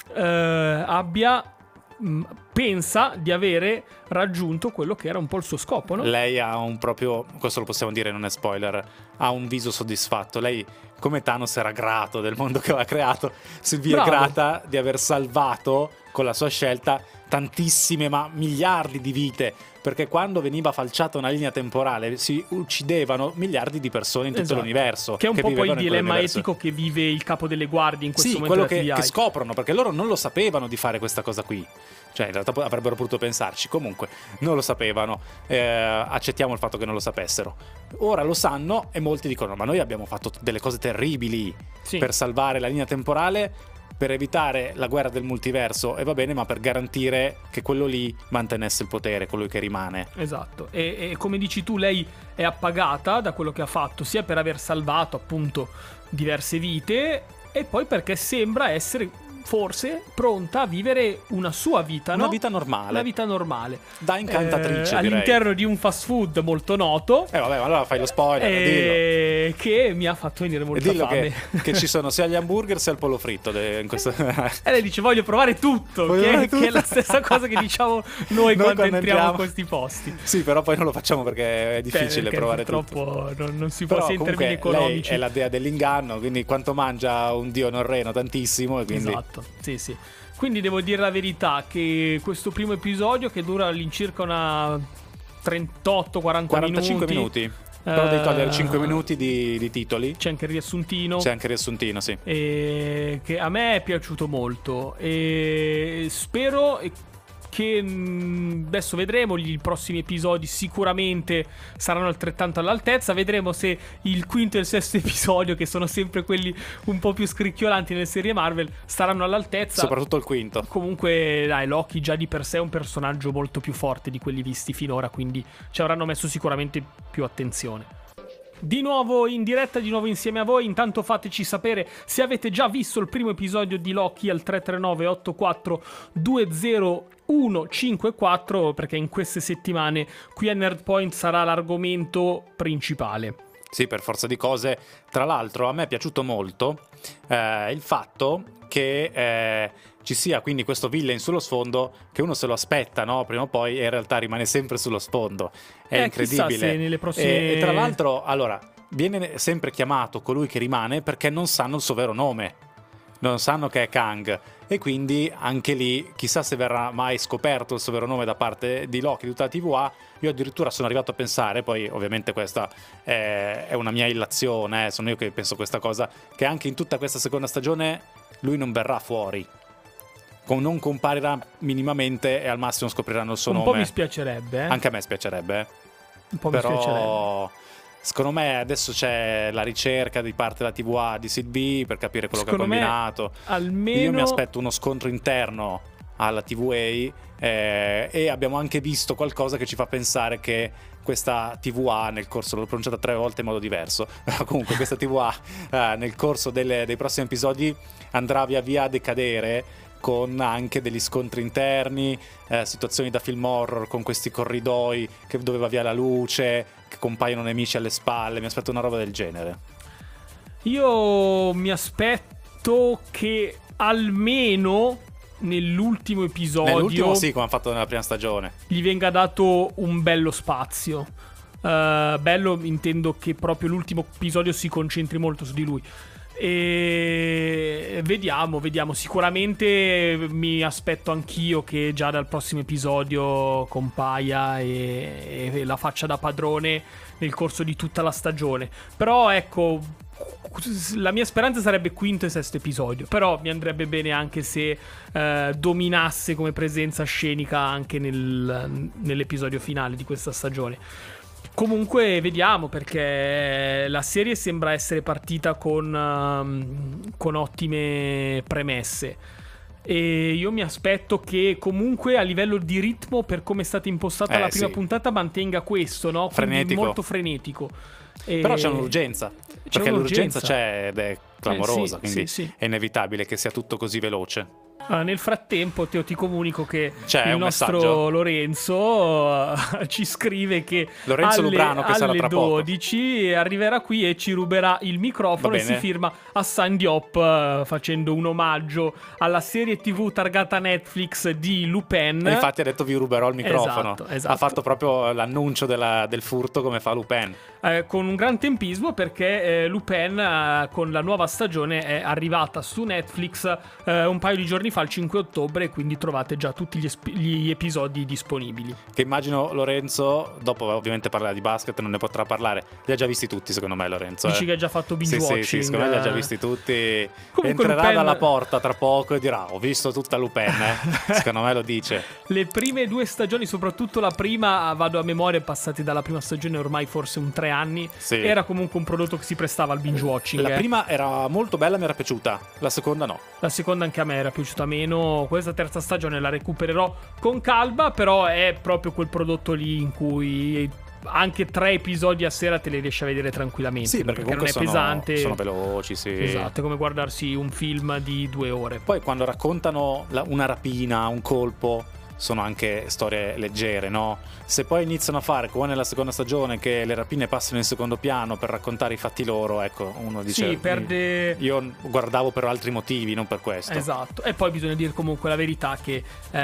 pensa di avere raggiunto quello che era un po' il suo scopo, no? Lei ha un proprio, questo lo possiamo dire, non è spoiler, ha un viso soddisfatto. Lei, come Thanos, era grato del mondo che aveva creato. Sylvie è grata di aver salvato con la sua scelta tantissime, ma miliardi di vite, perché quando veniva falciata una linea temporale si uccidevano miliardi di persone in tutto l'universo, che è un po' poi il dilemma etico che vive il capo delle guardie in questo momento. Quello che scoprono, perché loro non lo sapevano di fare questa cosa qui. Cioè, in realtà avrebbero potuto pensarci, comunque non lo sapevano. Accettiamo il fatto che non lo sapessero. Ora lo sanno e molti dicono: ma noi abbiamo fatto delle cose terribili per salvare la linea temporale, per evitare la guerra del multiverso, e va bene, ma per garantire che quello lì mantenesse il potere, colui che rimane. Esatto, e come dici tu, lei è appagata da quello che ha fatto, sia per aver salvato appunto diverse vite, e poi perché sembra essere forse pronta a vivere una sua vita, una vita normale. Una vita normale. Da incantatrice, all'interno di un fast food molto noto. Vabbè, ma allora fai lo spoiler, dillo. Che mi ha fatto venire molta fame. Che ci sono sia gli hamburger sia il pollo fritto in questo... E lei dice: voglio provare tutto, che è la stessa cosa che diciamo noi quando entriamo in questi posti. Sì, però poi non lo facciamo perché è difficile provare tutto. Non si però può, sia in termini economici. Lei è la dea dell'inganno, quindi quanto mangia un dio norreno? Tantissimo, e quindi... Esatto, sì. Quindi devo dire la verità che questo primo episodio, che dura all'incirca una 45 minuti. Però devi togliere 5 minuti di titoli. C'è anche il riassuntino. Sì. E che a me è piaciuto molto. E spero che adesso vedremo, i prossimi episodi sicuramente saranno altrettanto all'altezza. Vedremo se il quinto e il sesto episodio, che sono sempre quelli un po' più scricchiolanti nelle serie Marvel, saranno all'altezza. Soprattutto il quinto. Comunque dai, Loki già di per sé è un personaggio molto più forte di quelli visti finora, quindi ci avranno messo sicuramente più attenzione. Di nuovo in diretta, di nuovo insieme a voi. Intanto fateci sapere se avete già visto il primo episodio di Loki al 339 84 20154, perché in queste settimane qui a Nerdpoint sarà l'argomento principale. Sì, per forza di cose. Tra l'altro a me è piaciuto molto il fatto che ci sia quindi questo villain sullo sfondo, che uno se lo aspetta, no? Prima o poi, e in realtà rimane sempre sullo sfondo. È incredibile. Chissà se nelle prossime... e tra l'altro, allora, viene sempre chiamato colui che rimane perché non sanno il suo vero nome. Non sanno che è Kang. E quindi anche lì, chissà se verrà mai scoperto il suo vero nome da parte di Loki, di tutta la TVA. Io addirittura sono arrivato a pensare, poi ovviamente questa è una mia illazione, sono io che penso questa cosa, che anche in tutta questa seconda stagione lui non verrà fuori. Non comparirà minimamente e al massimo scopriranno il suo nome. Un po' mi spiacerebbe, Anche a me spiacerebbe. Un po' però mi spiacerebbe. Secondo me adesso c'è la ricerca di parte della TVA di Sid B per capire quello che ha combinato. Almeno... Io mi aspetto uno scontro interno alla TVA, e abbiamo anche visto qualcosa che ci fa pensare che questa TVA nel corso, l'ho pronunciata 3 volte in modo diverso, comunque questa TVA nel corso dei prossimi episodi andrà via via a decadere, con anche degli scontri interni, situazioni da film horror con questi corridoi dove va via la luce, che compaiono nemici alle spalle. Mi aspetto una roba del genere. Io mi aspetto che almeno nell'ultimo episodio, sì, come ha fatto nella prima stagione, gli venga dato un bello spazio. Bello, intendo che proprio l'ultimo episodio si concentri molto su di lui. E vediamo. Sicuramente mi aspetto anch'io che già dal prossimo episodio compaia e la faccia da padrone nel corso di tutta la stagione. Però ecco, la mia speranza sarebbe quinto e sesto episodio. Però mi andrebbe bene anche se dominasse come presenza scenica anche nell'episodio finale di questa stagione. Comunque vediamo, perché la serie sembra essere partita con ottime premesse e io mi aspetto che comunque a livello di ritmo, per come è stata impostata la prima puntata, mantenga questo, no? Quindi molto frenetico. Però c'è un'urgenza, perché l'urgenza c'è ed è clamorosa, quindi è inevitabile che sia tutto così veloce. Nel frattempo, Teo, ti comunico che c'è il nostro messaggio. Lorenzo ci scrive che Lorenzo Lubrano, che sarà tra 12 arriverà qui e ci ruberà il microfono e si firma Hassan Diop, facendo un omaggio alla serie TV targata Netflix di Lupin. E infatti ha detto vi ruberò il microfono. Esatto. Ha fatto proprio l'annuncio del furto come fa Lupin. Con un gran tempismo, perché Lupin con la nuova stagione è arrivata su Netflix un paio di giorni fa, il 5 ottobre, quindi trovate già tutti gli episodi disponibili. Che immagino Lorenzo, dopo ovviamente parlerà di basket, non ne potrà parlare. Li ha già visti tutti, secondo me, Lorenzo. Dici che ha già fatto binge watching? Sì, secondo me li ha già visti tutti. Comunque entrerà Lupin dalla porta tra poco e dirà ho visto tutta Lupin, secondo me lo dice. Le prime 2 stagioni, soprattutto la prima, vado a memoria, passati dalla prima stagione ormai forse 3 anni, era comunque un prodotto che si prestava al binge watching. La prima era molto bella, mi era piaciuta, la seconda no. La seconda anche a me era piaciuta meno. Questa terza stagione la recupererò con calma, però è proprio quel prodotto lì in cui anche 3 episodi a sera te li riesci a vedere tranquillamente. Sì, perché comunque non è pesante. Sono veloci, sì. Esatto, è come guardarsi un film di 2 ore. Poi quando raccontano una rapina, un colpo, sono anche storie leggere, no? Se poi iniziano a fare come nella seconda stagione, che le rapine passano in secondo piano per raccontare i fatti loro, ecco, uno dice sì, perde. Io guardavo per altri motivi, non per questo. Esatto. E poi bisogna dire comunque la verità, che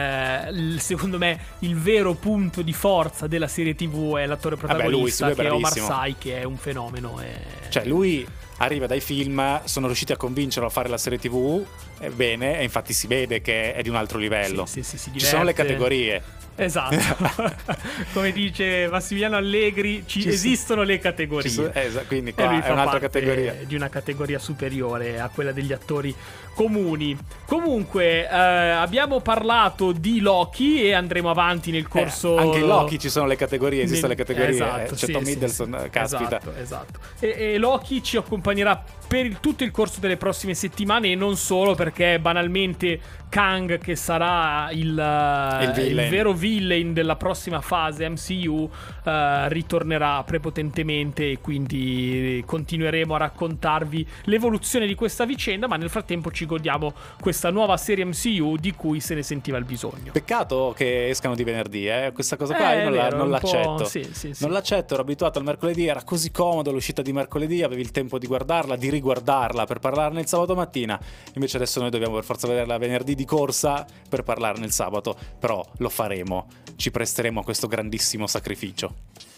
secondo me il vero punto di forza della serie TV è l'attore protagonista, lui che è Omar Sy, che è un fenomeno. Cioè lui arriva dai film, sono riusciti a convincerlo a fare la serie TV, bene, e infatti si vede che è di un altro livello. Sì, ci sono le categorie. Esatto. Come dice Massimiliano Allegri, esistono le categorie. Quindi qua è un'altra categoria, di una categoria superiore a quella degli attori comuni. Comunque abbiamo parlato di Loki e andremo avanti nel corso. Anche in Loki ci sono le categorie, esistono le categorie. Esatto, c'è Tom Hiddleston, caspita. Esatto. E Loki ci accompagnerà per tutto il corso delle prossime settimane, e non solo, perché banalmente Kang, che sarà il vero villain della prossima fase MCU, ritornerà prepotentemente, e quindi continueremo a raccontarvi l'evoluzione di questa vicenda, ma nel frattempo ci godiamo questa nuova serie MCU di cui se ne sentiva il bisogno. Peccato che escano di venerdì, questa cosa qua io non l'accetto. Sì. Non l'accetto, ero abituato al mercoledì, era così comodo l'uscita di mercoledì, avevi il tempo di guardarla, di riguardarla per parlarne il sabato mattina. Invece adesso noi dobbiamo per forza vederla venerdì di corsa per parlarne il sabato, però lo faremo, ci presteremo a questo grandissimo sacrificio.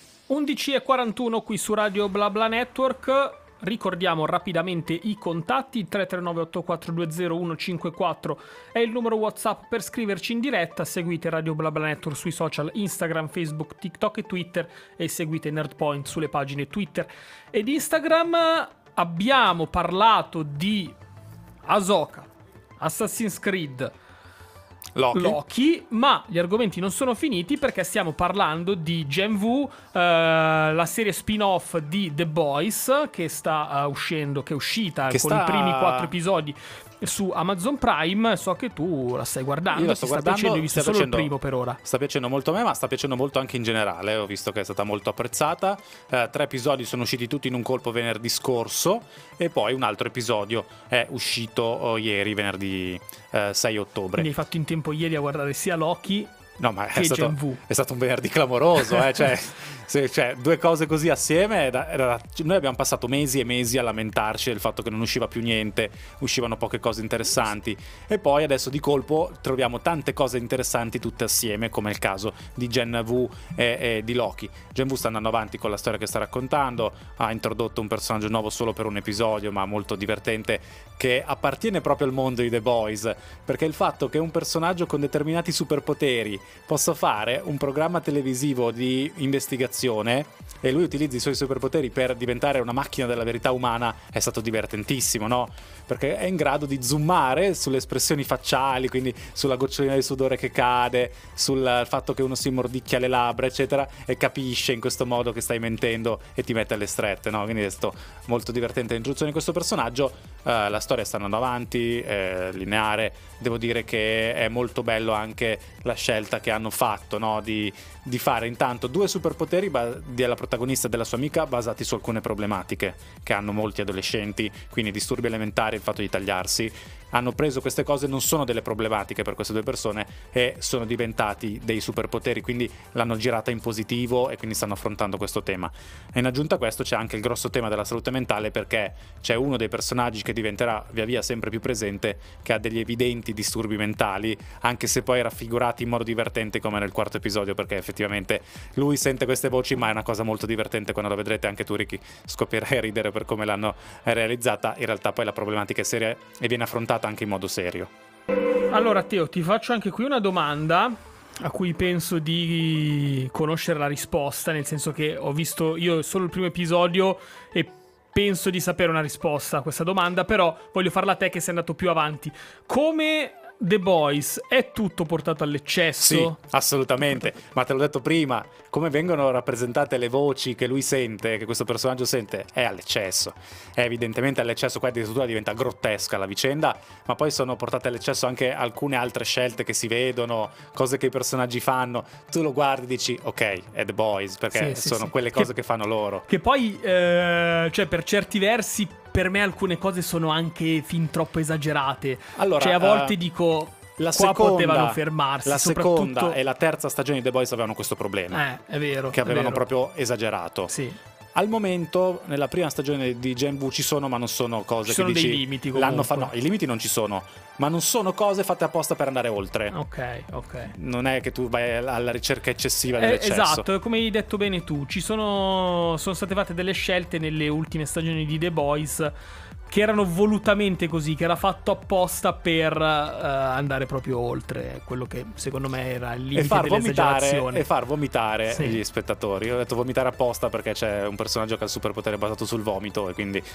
11:41 qui su Radio BlaBla Network. Ricordiamo rapidamente i contatti: 339-8420-154 è il numero WhatsApp per scriverci in diretta. Seguite Radio BlaBla Network sui social Instagram, Facebook, TikTok e Twitter, e seguite Nerdpoint sulle pagine Twitter ed Instagram. Abbiamo parlato di Ahsoka, Assassin's Creed, Loki, ma gli argomenti non sono finiti, perché stiamo parlando di Gen V, la serie spin-off di The Boys che sta uscendo, che è uscita i primi 4 episodi su Amazon Prime. So che tu la stai guardando. Io la sto guardando, ho visto solo il primo per ora. Sta piacendo molto a me, ma sta piacendo molto anche in generale. Ho visto che è stata molto apprezzata. 3 episodi sono usciti tutti in un colpo venerdì scorso, e poi un altro episodio è uscito ieri, venerdì 6 ottobre. Quindi hai fatto in tempo ieri a guardare sia Loki No, ma che Gen V. è stato un venerdì clamoroso, cioè, due cose così assieme. Noi abbiamo passato mesi e mesi a lamentarci del fatto che non usciva più niente, uscivano poche cose interessanti, e poi adesso di colpo troviamo tante cose interessanti tutte assieme, come il caso di Gen V e di Loki. Gen V sta andando avanti con la storia che sta raccontando, ha introdotto un personaggio nuovo solo per un episodio, ma molto divertente, che appartiene proprio al mondo di The Boys, perché il fatto che un personaggio con determinati superpoteri possa fare un programma televisivo di investigazione e lui utilizzi i suoi superpoteri per diventare una macchina della verità umana è stato divertentissimo, no? Perché è in grado di zoomare sulle espressioni facciali, quindi sulla gocciolina di sudore che cade, sul fatto che uno si mordicchia le labbra, eccetera, e capisce in questo modo che stai mentendo e ti mette alle strette, no? Quindi è stato molto divertente l'introduzione di questo personaggio. La storia sta andando avanti, lineare. Devo dire che è molto bello anche la scelta che hanno fatto, no? Di fare intanto due superpoteri della protagonista e della sua amica basati su alcune problematiche che hanno molti adolescenti, quindi disturbi elementari, il fatto di tagliarsi. Hanno preso queste cose, non sono delle problematiche per queste due persone, e sono diventati dei superpoteri, quindi l'hanno girata in positivo e quindi stanno affrontando questo tema. E in aggiunta a questo c'è anche il grosso tema della salute mentale, perché c'è uno dei personaggi che diventerà via via sempre più presente, che ha degli evidenti disturbi mentali, anche se poi raffigurati in modo divertente come nel quarto episodio, perché effettivamente lui sente queste voci, ma è una cosa molto divertente. Quando lo vedrete anche tu, Ricky, scoprierai a ridere per come l'hanno realizzata. In realtà poi la problematica è seria e viene affrontata anche in modo serio. Allora Teo, ti faccio anche qui una domanda a cui penso di conoscere la risposta, nel senso che ho visto io solo il primo episodio e penso di sapere una risposta a questa domanda, però voglio farla a te che sei andato più avanti. Come The Boys è tutto portato all'eccesso? Sì, assolutamente, ma te l'ho detto prima, come vengono rappresentate le voci che lui sente, che questo personaggio sente, è all'eccesso, è evidentemente all'eccesso. Qua addirittura diventa grottesca la vicenda, ma poi sono portate all'eccesso anche alcune altre scelte che si vedono, cose che i personaggi fanno. Tu lo guardi e dici ok, è The Boys, perché sono quelle cose che fanno loro. Che poi, cioè per certi versi, per me alcune cose sono anche fin troppo esagerate. Allora, cioè a volte dico, qua potevano fermarsi. La soprattutto... seconda e la terza stagione di The Boys avevano questo problema. È vero. Che avevano vero. proprio esagerato. Sì. Al momento, nella prima stagione di Gen V ci sono, ma non sono cose ci sono che dici... dei limiti comunque. No, i limiti non ci sono, ma non sono cose fatte apposta per andare oltre. Ok. Non è che tu vai alla ricerca eccessiva dell'eccesso. Esatto, come hai detto bene tu, sono state fatte delle scelte nelle ultime stagioni di The Boys che erano volutamente così, che era fatto apposta per andare proprio oltre quello che secondo me era il limite dell'esagerazione. E far vomitare sì. gli spettatori. Io ho detto vomitare apposta perché c'è un personaggio che ha il superpotere basato sul vomito e quindi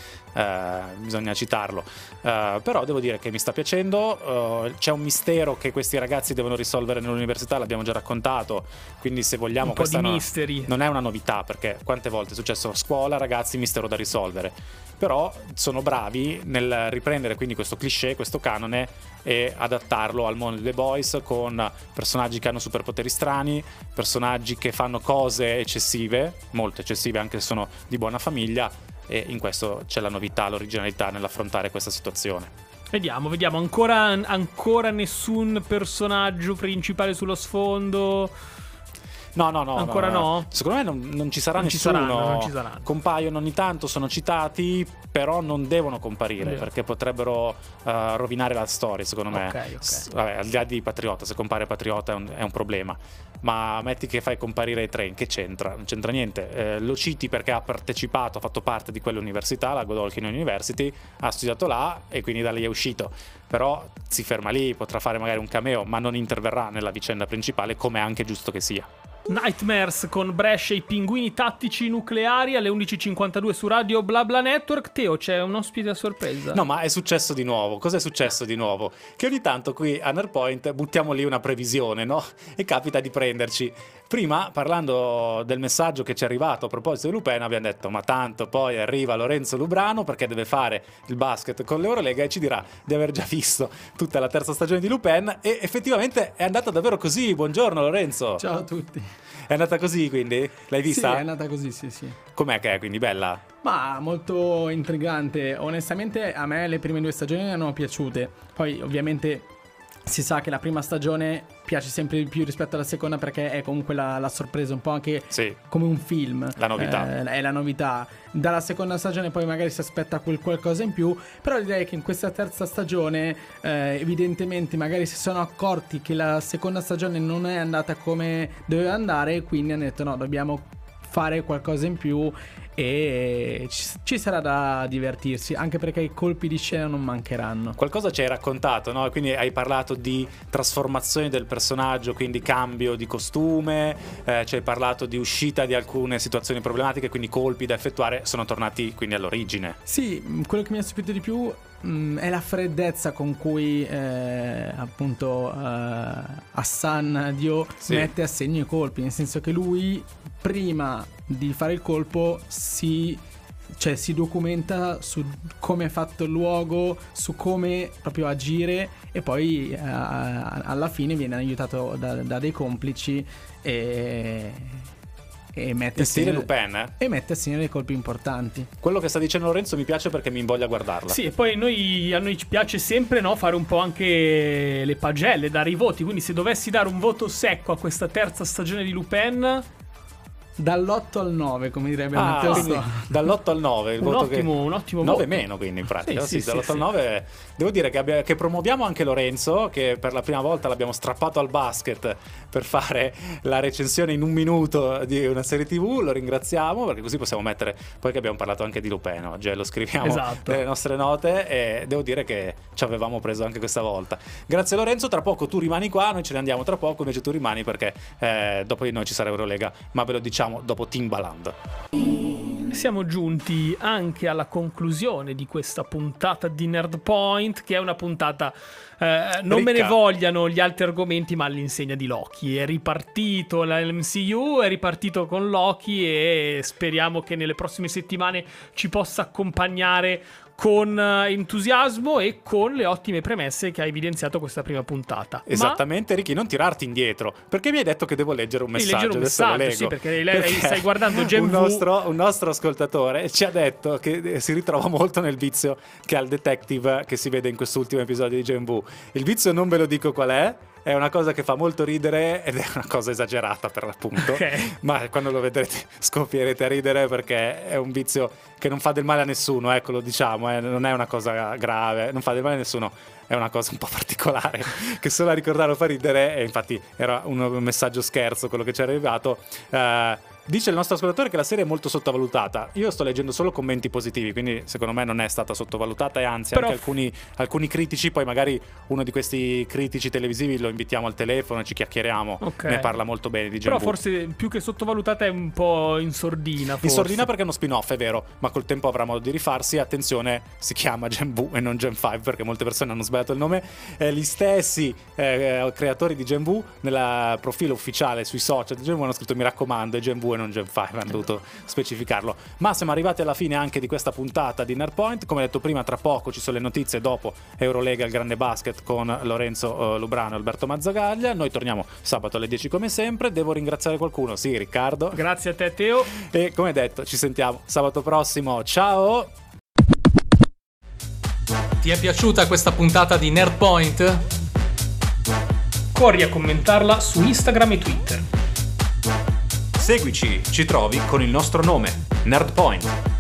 bisogna citarlo. Però devo dire che mi sta piacendo. C'è un mistero che questi ragazzi devono risolvere nell'università, l'abbiamo già raccontato, quindi se vogliamo un po' questa di misteri. Non è una novità, perché quante volte è successo a scuola, ragazzi, mistero da risolvere. Però sono bravi nel riprendere quindi questo cliché, questo canone, e adattarlo al mondo di The Boys, con personaggi che hanno superpoteri strani, personaggi che fanno cose eccessive, molto eccessive anche se sono di buona famiglia, e in questo c'è la novità, l'originalità nell'affrontare questa situazione. Vediamo, ancora nessun personaggio principale sullo sfondo. No. Ancora no? Secondo me non ci sarà nessuno. Non ci saranno. Compaiono ogni tanto, sono citati, però non devono comparire perché potrebbero rovinare la storia, secondo me. Okay. Vabbè, al di là di Patriota, se compare Patriota è un problema. Ma metti che fai comparire Train, che c'entra? Non c'entra niente. Lo citi perché ha partecipato, ha fatto parte di quell'università, la Godolphin University, ha studiato là e quindi da lì è uscito. Però si ferma lì, potrà fare magari un cameo, ma non interverrà nella vicenda principale, come è anche giusto che sia. Nightmares con Brescia e i pinguini tattici nucleari alle 11.52 su Radio BlaBla Network. Teo, c'è un ospite a sorpresa. No, ma è successo di nuovo. Cos'è successo di nuovo? Che ogni tanto qui a Nerdpoint buttiamo lì una previsione, no? E capita di prenderci. Prima, parlando del messaggio che ci è arrivato a proposito di Lupin, abbiamo detto ma tanto poi arriva Lorenzo Lubrano perché deve fare il basket con l'Eurolega e ci dirà di aver già visto tutta la terza stagione di Lupin, e effettivamente è andata davvero così. Buongiorno Lorenzo. Ciao a tutti. È andata così, quindi? L'hai vista? Sì, è andata così, sì. Com'è che è, quindi? Bella? Ma molto intrigante. Onestamente a me le prime due stagioni mi hanno piaciute. Poi ovviamente si sa che la prima stagione piace sempre di più rispetto alla seconda, perché è comunque la sorpresa, un po' anche come un film. La novità. È la novità. Dalla seconda stagione poi magari si aspetta qualcosa in più, però direi che in questa terza stagione evidentemente magari si sono accorti che la seconda stagione non è andata come doveva andare, quindi hanno detto no, dobbiamo fare qualcosa in più e ci sarà da divertirsi, anche perché i colpi di scena non mancheranno. Qualcosa ci hai raccontato, no? Quindi hai parlato di trasformazioni del personaggio, quindi cambio di costume, ci hai parlato di uscita di alcune situazioni problematiche, quindi colpi da effettuare, sono tornati quindi all'origine. Sì, quello che mi ha stupito di più è la freddezza con cui appunto Hassan Diop mette a segno i colpi, nel senso che lui prima di fare il colpo si documenta su come è fatto il luogo, su come proprio agire, e poi alla fine viene aiutato da dei complici e mette stile Lupin, e mette a segno dei colpi importanti. Quello che sta dicendo Lorenzo mi piace perché mi invoglia a guardarla. Sì, e poi a noi ci piace sempre, no, fare un po' anche le pagelle, dare i voti. Quindi se dovessi dare un voto secco a questa terza stagione di Lupin, dall'8 al 9, come direbbe Matteo Sto. Dall'8 al 9 il voto un ottimo 9 voto. meno, quindi in pratica sì, dall'8 al 9 devo dire che promuoviamo anche Lorenzo, che per la prima volta l'abbiamo strappato al basket per fare la recensione in un minuto di una serie TV. Lo ringraziamo, perché così possiamo mettere, poi che abbiamo parlato anche di Lupin oggi, lo scriviamo nelle nostre note, e devo dire che ci avevamo preso anche questa volta. Grazie Lorenzo, tra poco tu rimani qua, noi ce ne andiamo tra poco, invece tu rimani perché dopo di noi ci sarà Eurolega, ma ve lo diciamo dopo Timbaland. Siamo giunti anche alla conclusione di questa puntata di Nerd Point, che è una puntata non me ne vogliano gli altri argomenti, ma all'insegna di Loki. È ripartito l'MCU, è ripartito con Loki, e speriamo che nelle prossime settimane ci possa accompagnare con entusiasmo e con le ottime premesse che ha evidenziato questa prima puntata. Esattamente, Ricky, non tirarti indietro, perché mi hai detto che devo leggere un messaggio. Adesso lo leggo. Sì, perché lei stai guardando Gen V. Un nostro ascoltatore ci ha detto che si ritrova molto nel vizio che ha il detective che si vede in quest'ultimo episodio di Gen V. Il vizio non ve lo dico qual è una cosa che fa molto ridere ed è una cosa esagerata per l'appunto, ma quando lo vedrete scoppierete a ridere, perché è un vizio che non fa del male a nessuno, ecco, lo diciamo, non è una cosa grave, non fa del male a nessuno, è una cosa un po' particolare che solo a ricordarlo fa ridere, e infatti era un messaggio scherzo quello che ci è arrivato. Dice il nostro ascoltatore che la serie è molto sottovalutata. Io sto leggendo solo commenti positivi, quindi secondo me non è stata sottovalutata, e anzi però anche alcuni critici, poi magari uno di questi critici televisivi lo invitiamo al telefono e ci chiacchieriamo, ne parla molto bene di Gen V. Però forse più che sottovalutata è un po' in sordina, forse. In sordina perché è uno spin-off, è vero, ma col tempo avrà modo di rifarsi. Attenzione, si chiama Gen V e non Gen 5, perché molte persone hanno sbagliato il nome. Gli stessi creatori di Gen V nel profilo ufficiale sui social di Gen V hanno scritto: mi raccomando, è Gen V e non Gen 5, hanno dovuto specificarlo. Ma siamo arrivati alla fine anche di questa puntata di Nerd Point. Come detto prima, tra poco ci sono le notizie, dopo Eurolega, il grande basket con Lorenzo Lubrano e Alberto Mazzagaglia. Noi torniamo sabato alle 10 come sempre. Devo ringraziare qualcuno? Sì, Riccardo. Grazie a te, Teo. E come detto, ci sentiamo sabato prossimo. Ciao! Ti è piaciuta questa puntata di Nerd Point? Corri a commentarla su Instagram e Twitter. Seguici, ci trovi con il nostro nome, Nerd Point.